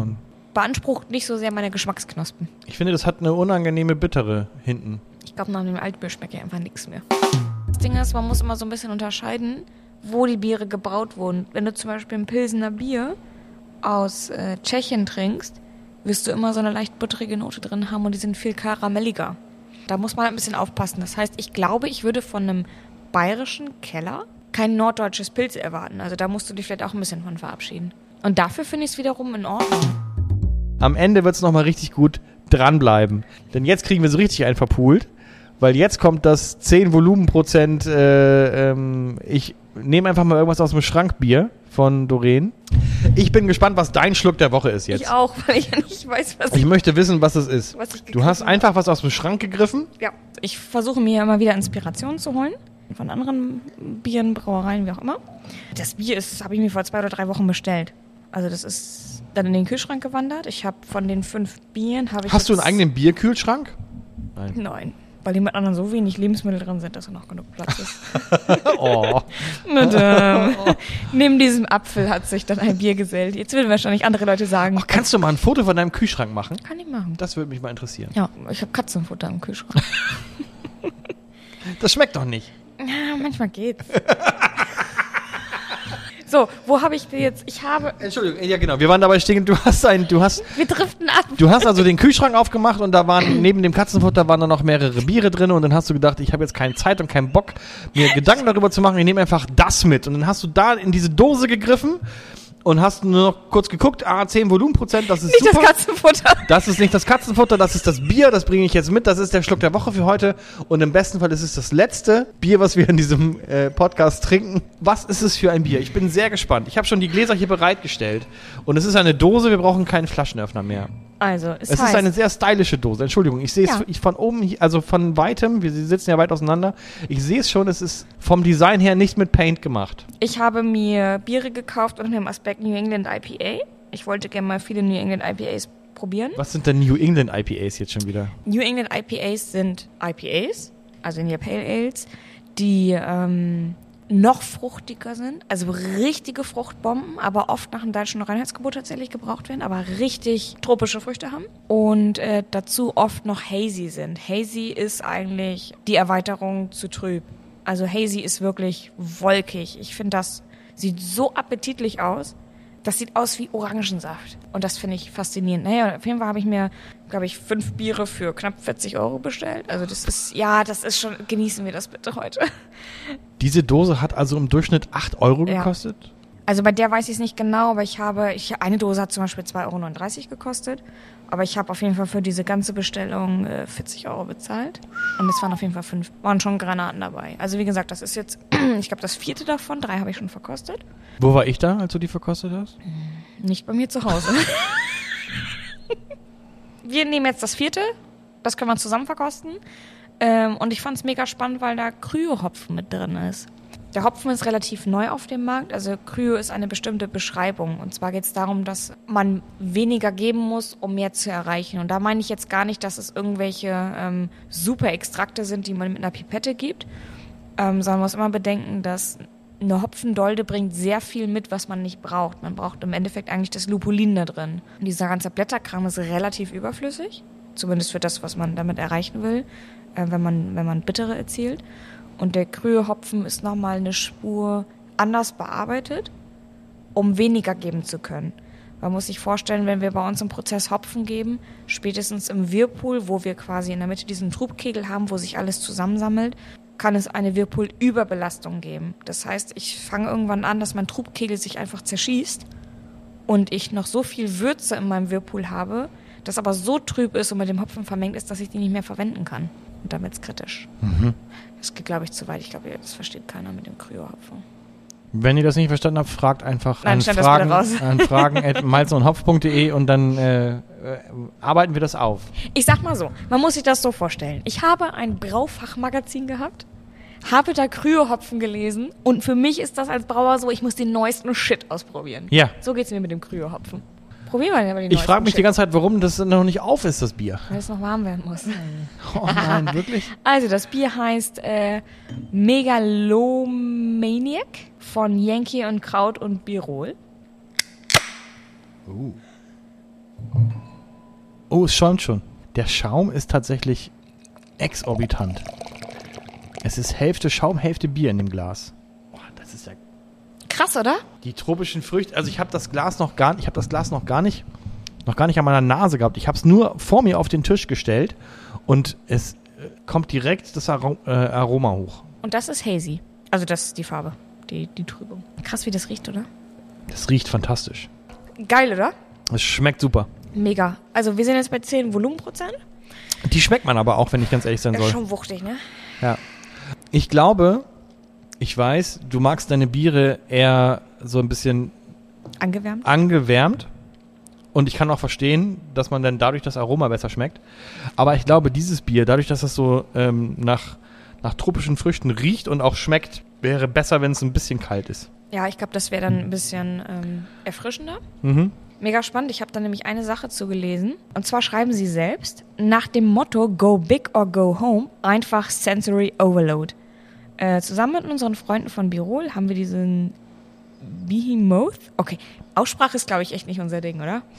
beansprucht nicht so sehr meine Geschmacksknospen. Ich finde, das hat eine unangenehme Bittere hinten. Ich glaube, nach dem Altbier schmeckt ja einfach nichts mehr. Das Ding ist, man muss immer so ein bisschen unterscheiden, wo die Biere gebraut wurden. Wenn du zum Beispiel ein Pilsener Bier aus äh, Tschechien trinkst, wirst du immer so eine leicht butterige Note drin haben und die sind viel karamelliger. Da muss man ein bisschen aufpassen. Das heißt, ich glaube, ich würde von einem bayerischen Keller kein norddeutsches Pilz erwarten. Also da musst du dich vielleicht auch ein bisschen von verabschieden. Und dafür finde ich es wiederum in Ordnung. Am Ende wird es nochmal richtig gut dranbleiben. Denn jetzt kriegen wir so richtig einen verpult, weil jetzt kommt das zehn Volumenprozent, äh, ähm, ich nehme einfach mal irgendwas aus dem Schrankbier von Doreen. Ich bin gespannt, was dein Schluck der Woche ist jetzt. Ich auch, weil ich ja nicht weiß, was ich... Ich möchte wissen, was es ist. Was ich du hast einfach was aus dem Schrank gegriffen? Ja. Ich versuche mir immer wieder Inspirationen zu holen. Von anderen Bieren, Brauereien, wie auch immer. Das Bier ist, habe ich mir vor zwei oder drei Wochen bestellt. Also das ist dann in den Kühlschrank gewandert. Ich habe von den fünf Bieren... habe ich Hast du einen eigenen Bierkühlschrank? Nein. Nein. Weil die mit anderen so wenig Lebensmittel drin sind, dass da noch genug Platz ist. Oh. Madame. Neben diesem Apfel hat sich dann ein Bier gesellt. Jetzt würden wahrscheinlich andere Leute sagen... Oh, kannst du mal ein Foto von deinem Kühlschrank machen? Kann ich machen. Das würde mich mal interessieren. Ja, ich habe Katzenfutter im Kühlschrank. Das schmeckt doch nicht. Ja, manchmal geht's. So, wo habe ich dir jetzt? Ich habe... Entschuldigung, ja genau, wir waren dabei stehen, du hast ein, du hast... Wir driften ab. Du hast also den Kühlschrank aufgemacht und da waren, neben dem Katzenfutter waren da noch mehrere Biere drin und dann hast du gedacht, ich habe jetzt keine Zeit und keinen Bock, mir Gedanken darüber zu machen, ich nehme einfach das mit. Und dann hast du da in diese Dose gegriffen und hast nur noch kurz geguckt, ah, zehn Volumenprozent, das ist nicht super. Das Katzenfutter. Das ist nicht das Katzenfutter, das ist das Bier, das bringe ich jetzt mit, das ist der Schluck der Woche für heute und im besten Fall ist es das letzte Bier, was wir in diesem äh, Podcast trinken. Was ist es für ein Bier? Ich bin sehr gespannt. Ich habe schon die Gläser hier bereitgestellt und es ist eine Dose, wir brauchen keinen Flaschenöffner mehr. Also, es, es heißt, ist eine sehr stylische Dose. Entschuldigung, ich sehe es ja. ich von oben, hier, also von weitem, wir sitzen ja weit auseinander. Ich sehe es schon, es ist vom Design her nicht mit Paint gemacht. Ich habe mir Biere gekauft unter dem Aspekt New England I P A. Ich wollte gerne mal viele New England I P As probieren. Was sind denn New England I P As jetzt schon wieder? New England I P As sind I P As, also India Pale Ales, die ähm, noch fruchtiger sind, also richtige Fruchtbomben, aber oft nach dem deutschen Reinheitsgebot tatsächlich gebraucht werden, aber richtig tropische Früchte haben und äh, dazu oft noch hazy sind. Hazy ist eigentlich die Erweiterung zu trüb. Also hazy ist wirklich wolkig. Ich finde, das sieht so appetitlich aus. Das sieht aus wie Orangensaft. Und das finde ich faszinierend. Naja, auf jeden Fall habe ich mir, glaube ich, fünf Biere für knapp vierzig Euro bestellt. Also das ist, ja, das ist schon, genießen wir das bitte heute. Diese Dose hat also im Durchschnitt acht Euro ja. gekostet? Also bei der weiß ich es nicht genau, aber ich habe, ich, eine Dose hat zum Beispiel zwei Euro neununddreißig gekostet. Aber ich habe auf jeden Fall für diese ganze Bestellung äh, vierzig Euro bezahlt. Und es waren auf jeden Fall fünf, waren schon Granaten dabei. Also wie gesagt, das ist jetzt, ich glaube, das vierte davon. Drei habe ich schon verkostet. Wo war ich da, als du die verkostet hast? Nicht bei mir zu Hause. Wir nehmen jetzt das vierte. Das können wir zusammen verkosten. Ähm, und ich fand es mega spannend, weil da Kryo-Hopfen mit drin ist. Der Hopfen ist relativ neu auf dem Markt. Also Kryo ist eine bestimmte Beschreibung. Und zwar geht es darum, dass man weniger geben muss, um mehr zu erreichen. Und da meine ich jetzt gar nicht, dass es irgendwelche ähm, super Extrakte sind, die man mit einer Pipette gibt. Ähm, sondern man muss immer bedenken, dass eine Hopfendolde bringt sehr viel mit, was man nicht braucht. Man braucht im Endeffekt eigentlich das Lupulin da drin. Und dieser ganze Blätterkram ist relativ überflüssig. Zumindest für das, was man damit erreichen will, äh, wenn man, wenn man Bittere erzielt. Und der Kryo-Hopfen ist nochmal eine Spur anders bearbeitet, um weniger geben zu können. Man muss sich vorstellen, wenn wir bei uns im Prozess Hopfen geben, spätestens im Whirlpool, wo wir quasi in der Mitte diesen Trubkegel haben, wo sich alles zusammensammelt, kann es eine Whirlpool-Überbelastung geben. Das heißt, ich fange irgendwann an, dass mein Trubkegel sich einfach zerschießt und ich noch so viel Würze in meinem Whirlpool habe, das aber so trüb ist und mit dem Hopfen vermengt ist, dass ich die nicht mehr verwenden kann. Und damit ist kritisch. Mhm. Das geht, glaube ich, zu weit. Ich glaube, das versteht keiner mit dem Kryo-Hopfen. Wenn ihr das nicht verstanden habt, fragt einfach Nein, an stand Fragen, das wieder raus. an fragen at malzenundhopf punkt de und dann äh, äh, arbeiten wir das auf. Ich sag mal so, man muss sich das so vorstellen. Ich habe ein Braufachmagazin gehabt, habe da Kryo-Hopfen gelesen und für mich ist das als Brauer so, ich muss den neuesten Shit ausprobieren. Ja. So geht's mir mit dem Kryo-Hopfen. Probieren wir aber den Ich frage mich Shit. die ganze Zeit, warum das noch nicht auf ist, das Bier. Weil es noch warm werden muss. Oh nein, wirklich? Also das Bier heißt äh, Megalomaniac von Yankee und Kraut und Birol. Uh. Oh, es schäumt schon. Der Schaum ist tatsächlich exorbitant. Es ist Hälfte Schaum, Hälfte Bier in dem Glas. Boah, das ist ja krass, oder? die tropischen Früchte. Also ich habe das Glas noch gar, ich habe das Glas noch gar nicht, noch gar nicht an meiner Nase gehabt. Ich habe es nur vor mir auf den Tisch gestellt und es äh, kommt direkt das Arom- äh, Aroma hoch. Und das ist hazy. Also das ist die Farbe, die, die Trübung. Krass, wie das riecht, oder? Das riecht fantastisch. Geil, oder? Es schmeckt super. Mega. Also wir sind jetzt bei zehn Volumenprozent. Die schmeckt man aber auch, wenn ich ganz ehrlich sein Das soll. ist schon wuchtig, ne? Ja. Ich glaube, ich weiß, du magst deine Biere eher so ein bisschen Angewärmt. angewärmt. Und ich kann auch verstehen, dass man dann dadurch das Aroma besser schmeckt. Aber ich glaube, dieses Bier, dadurch, dass es so ähm, nach, nach tropischen Früchten riecht und auch schmeckt, wäre besser, wenn es ein bisschen kalt ist. Ja, ich glaube, das wäre dann ein bisschen ähm, erfrischender. Mhm. Mega spannend. Ich habe da nämlich eine Sache zu gelesen. Und zwar schreiben sie selbst, nach dem Motto Go Big or Go Home, einfach Sensory Overload. Äh, zusammen mit unseren Freunden von Birol haben wir diesen Behemoth, okay, Aussprache ist, glaube ich, echt nicht unser Ding, oder?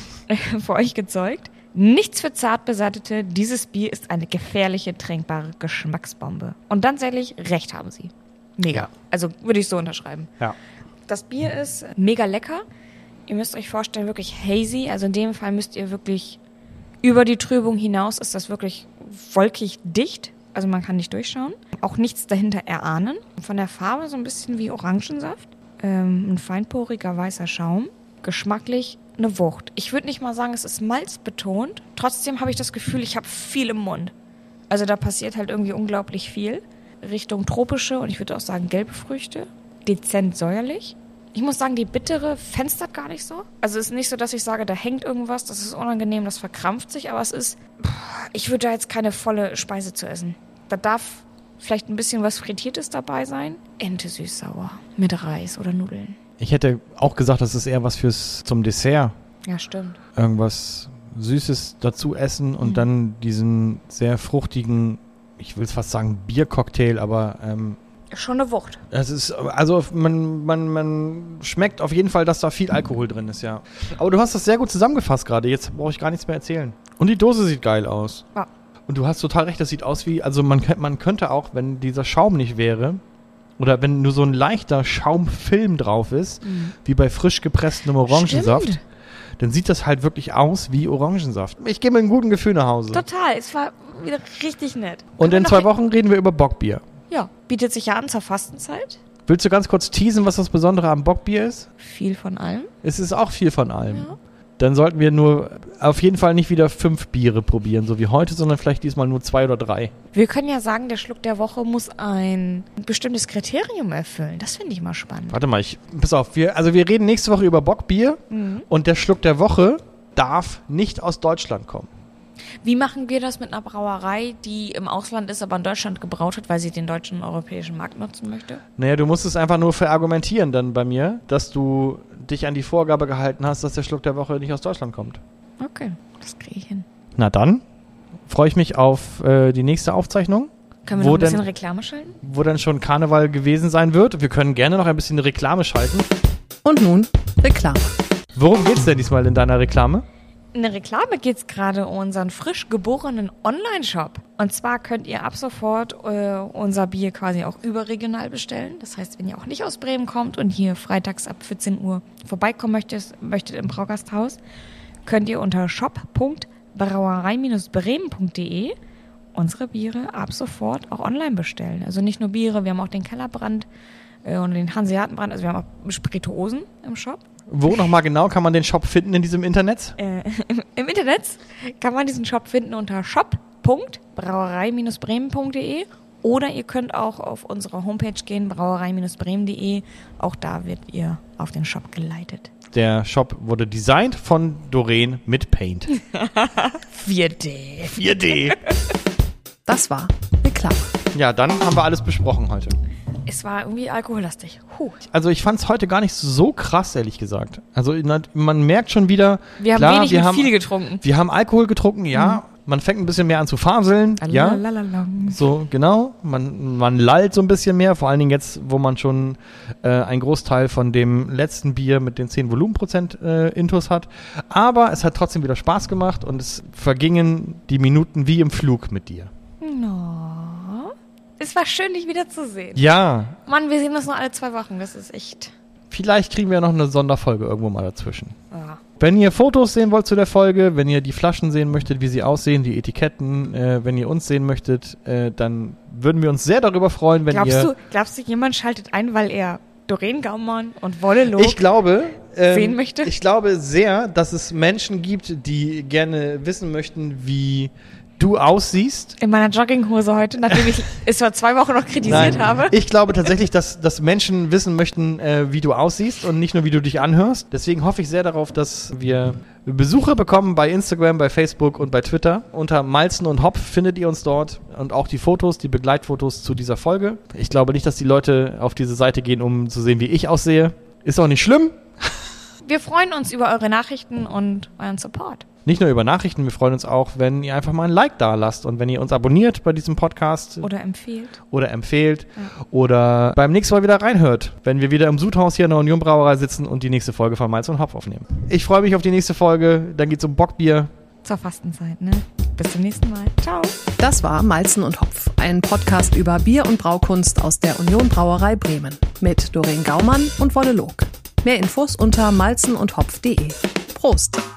Für euch gezeugt. Nichts für Zartbesattete, dieses Bier ist eine gefährliche, trinkbare Geschmacksbombe. Und dann tatsächlich, recht haben sie. Mega. Ja. Also würde ich so unterschreiben. Ja. Das Bier ist mega lecker. Ihr müsst euch vorstellen, wirklich hazy. Also in dem Fall müsst ihr wirklich über die Trübung hinaus ist das wirklich wolkig dicht. Also man kann nicht durchschauen. Auch nichts dahinter erahnen. Von der Farbe so ein bisschen wie Orangensaft. Ähm, ein feinporiger weißer Schaum. Geschmacklich eine Wucht. Ich würde nicht mal sagen, es ist malzbetont. Trotzdem habe ich das Gefühl, ich habe viel im Mund. Also da passiert halt irgendwie unglaublich viel. Richtung tropische und ich würde auch sagen gelbe Früchte. Dezent säuerlich. Ich muss sagen, die bittere fenstert gar nicht so. Also es ist nicht so, dass ich sage, da hängt irgendwas, das ist unangenehm, das verkrampft sich, aber es ist, ich würde da jetzt keine volle Speise zu essen. Da darf vielleicht ein bisschen was Frittiertes dabei sein. Ente süß-sauer mit Reis oder Nudeln. Ich hätte auch gesagt, das ist eher was fürs zum Dessert. Ja, stimmt. Irgendwas Süßes dazu essen und Mhm. dann diesen sehr fruchtigen, ich will es fast sagen Biercocktail, aber ähm, Schon eine Wucht. es ist, also man, man, man schmeckt auf jeden Fall, dass da viel Alkohol drin ist, ja. Aber du hast das sehr gut zusammengefasst gerade, jetzt brauche ich gar nichts mehr erzählen. Und die Dose sieht geil aus. Ja. Und du hast total recht, das sieht aus wie, also man, könnt- man könnte auch, wenn dieser Schaum nicht wäre, oder wenn nur so ein leichter Schaumfilm drauf ist, Mhm. wie bei frisch gepresstem Orangensaft, Stimmt. dann sieht das halt wirklich aus wie Orangensaft. Ich gehe mit einem guten Gefühl nach Hause. Total, es war wieder richtig nett. Und Können in wir zwei noch- Wochen reden wir über Bockbier. Ja, bietet sich ja an zur Fastenzeit. Willst du ganz kurz teasen, was das Besondere am Bockbier ist? Viel von allem. Es ist auch viel von allem. Ja. Dann sollten wir nur auf jeden Fall nicht wieder fünf Biere probieren, so wie heute, sondern vielleicht diesmal nur zwei oder drei. Wir können ja sagen, der Schluck der Woche muss ein bestimmtes Kriterium erfüllen. Das finde ich mal spannend. Warte mal, ich, pass auf, wir, also wir reden nächste Woche über Bockbier Mhm. und der Schluck der Woche darf nicht aus Deutschland kommen. Wie machen wir das mit einer Brauerei, die im Ausland ist, aber in Deutschland gebraut hat, weil sie den deutschen und europäischen Markt nutzen möchte? Naja, du musst es einfach nur verargumentieren dann bei mir, dass du dich an die Vorgabe gehalten hast, dass der Schluck der Woche nicht aus Deutschland kommt. Okay, das kriege ich hin. Na dann freue ich mich auf äh, die nächste Aufzeichnung, Können wir Wo noch ein bisschen denn- Reklame schalten? wo dann schon Karneval gewesen sein wird. Wir können gerne noch ein bisschen Reklame schalten. Und nun Reklame. Worum geht's denn diesmal in deiner Reklame? In der Reklame geht es gerade um unseren frisch geborenen Online-Shop. Und zwar könnt ihr ab sofort äh, unser Bier quasi auch überregional bestellen. Das heißt, wenn ihr auch nicht aus Bremen kommt und hier freitags ab vierzehn Uhr vorbeikommen möchtet, möchtet im Braugasthaus, könnt ihr unter shop punkt brauerei bremen punkt de unsere Biere ab sofort auch online bestellen. Also nicht nur Biere, wir haben auch den Kellerbrand äh, und den Hanseatenbrand. Also wir haben auch Spirituosen im Shop. Wo nochmal genau kann man den Shop finden in diesem Internet? Äh, im, Im Internet kann man diesen Shop finden unter shop punkt brauerei bremen punkt de oder ihr könnt auch auf unsere Homepage gehen, brauerei bremen punkt de. Auch da wird ihr auf den Shop geleitet. Der Shop wurde designt von Doreen mit Paint. vier D. vier D. Das war Reklame. Ja, dann haben wir alles besprochen heute. Es war irgendwie alkohollastig. Huh. Also ich fand es heute gar nicht so krass, ehrlich gesagt. Also na- man merkt schon wieder, Wir haben klar, wenig wir und haben, viel getrunken. wir haben Alkohol getrunken, ja, Man fängt ein bisschen mehr an zu faseln. Ja, so genau. Man, man lallt so ein bisschen mehr, vor allen Dingen jetzt, wo man schon äh, einen Großteil von dem letzten Bier mit den zehn Volumenprozent äh, Intus hat. Aber es hat trotzdem wieder Spaß gemacht und es vergingen die Minuten wie im Flug mit dir. No. Es war schön, dich wieder zu sehen. Ja. Mann, wir sehen uns nur alle zwei Wochen. Das ist echt... Vielleicht kriegen wir noch eine Sonderfolge irgendwo mal dazwischen. Ja. Wenn ihr Fotos sehen wollt zu der Folge, wenn ihr die Flaschen sehen möchtet, wie sie aussehen, die Etiketten, äh, wenn ihr uns sehen möchtet, äh, dann würden wir uns sehr darüber freuen, wenn glaubst ihr... Du, glaubst du, jemand schaltet ein, weil er Doreen Gaumann und Wolle Log ich glaube, ähm, sehen möchte? Ich glaube sehr, dass es Menschen gibt, die gerne wissen möchten, wie du aussiehst. In meiner Jogginghose heute, nachdem ich es vor zwei Wochen noch kritisiert Nein, habe. Ich glaube tatsächlich, dass, dass Menschen wissen möchten, äh, wie du aussiehst und nicht nur, wie du dich anhörst. Deswegen hoffe ich sehr darauf, dass wir Besucher bekommen bei Instagram, bei Facebook und bei Twitter. Unter Malzen und Hopf findet ihr uns dort und auch die Fotos, die Begleitfotos zu dieser Folge. Ich glaube nicht, dass die Leute auf diese Seite gehen, um zu sehen, wie ich aussehe. Ist auch nicht schlimm. Wir freuen uns über eure Nachrichten und euren Support. Nicht nur über Nachrichten, wir freuen uns auch, wenn ihr einfach mal ein Like da lasst und wenn ihr uns abonniert bei diesem Podcast. Oder empfehlt. Oder empfehlt. Ja. Oder beim nächsten Mal wieder reinhört, wenn wir wieder im Sudhaus hier in der Union Brauerei sitzen und die nächste Folge von Malz und Hopf aufnehmen. Ich freue mich auf die nächste Folge, dann geht's um Bockbier. Zur Fastenzeit, ne? Bis zum nächsten Mal. Ciao. Das war Malzen und Hopf, ein Podcast über Bier- und Braukunst aus der Union Brauerei Bremen. Mit Doreen Gaumann und Wolle Log. Mehr Infos unter malzen und hopf punkt de. Prost!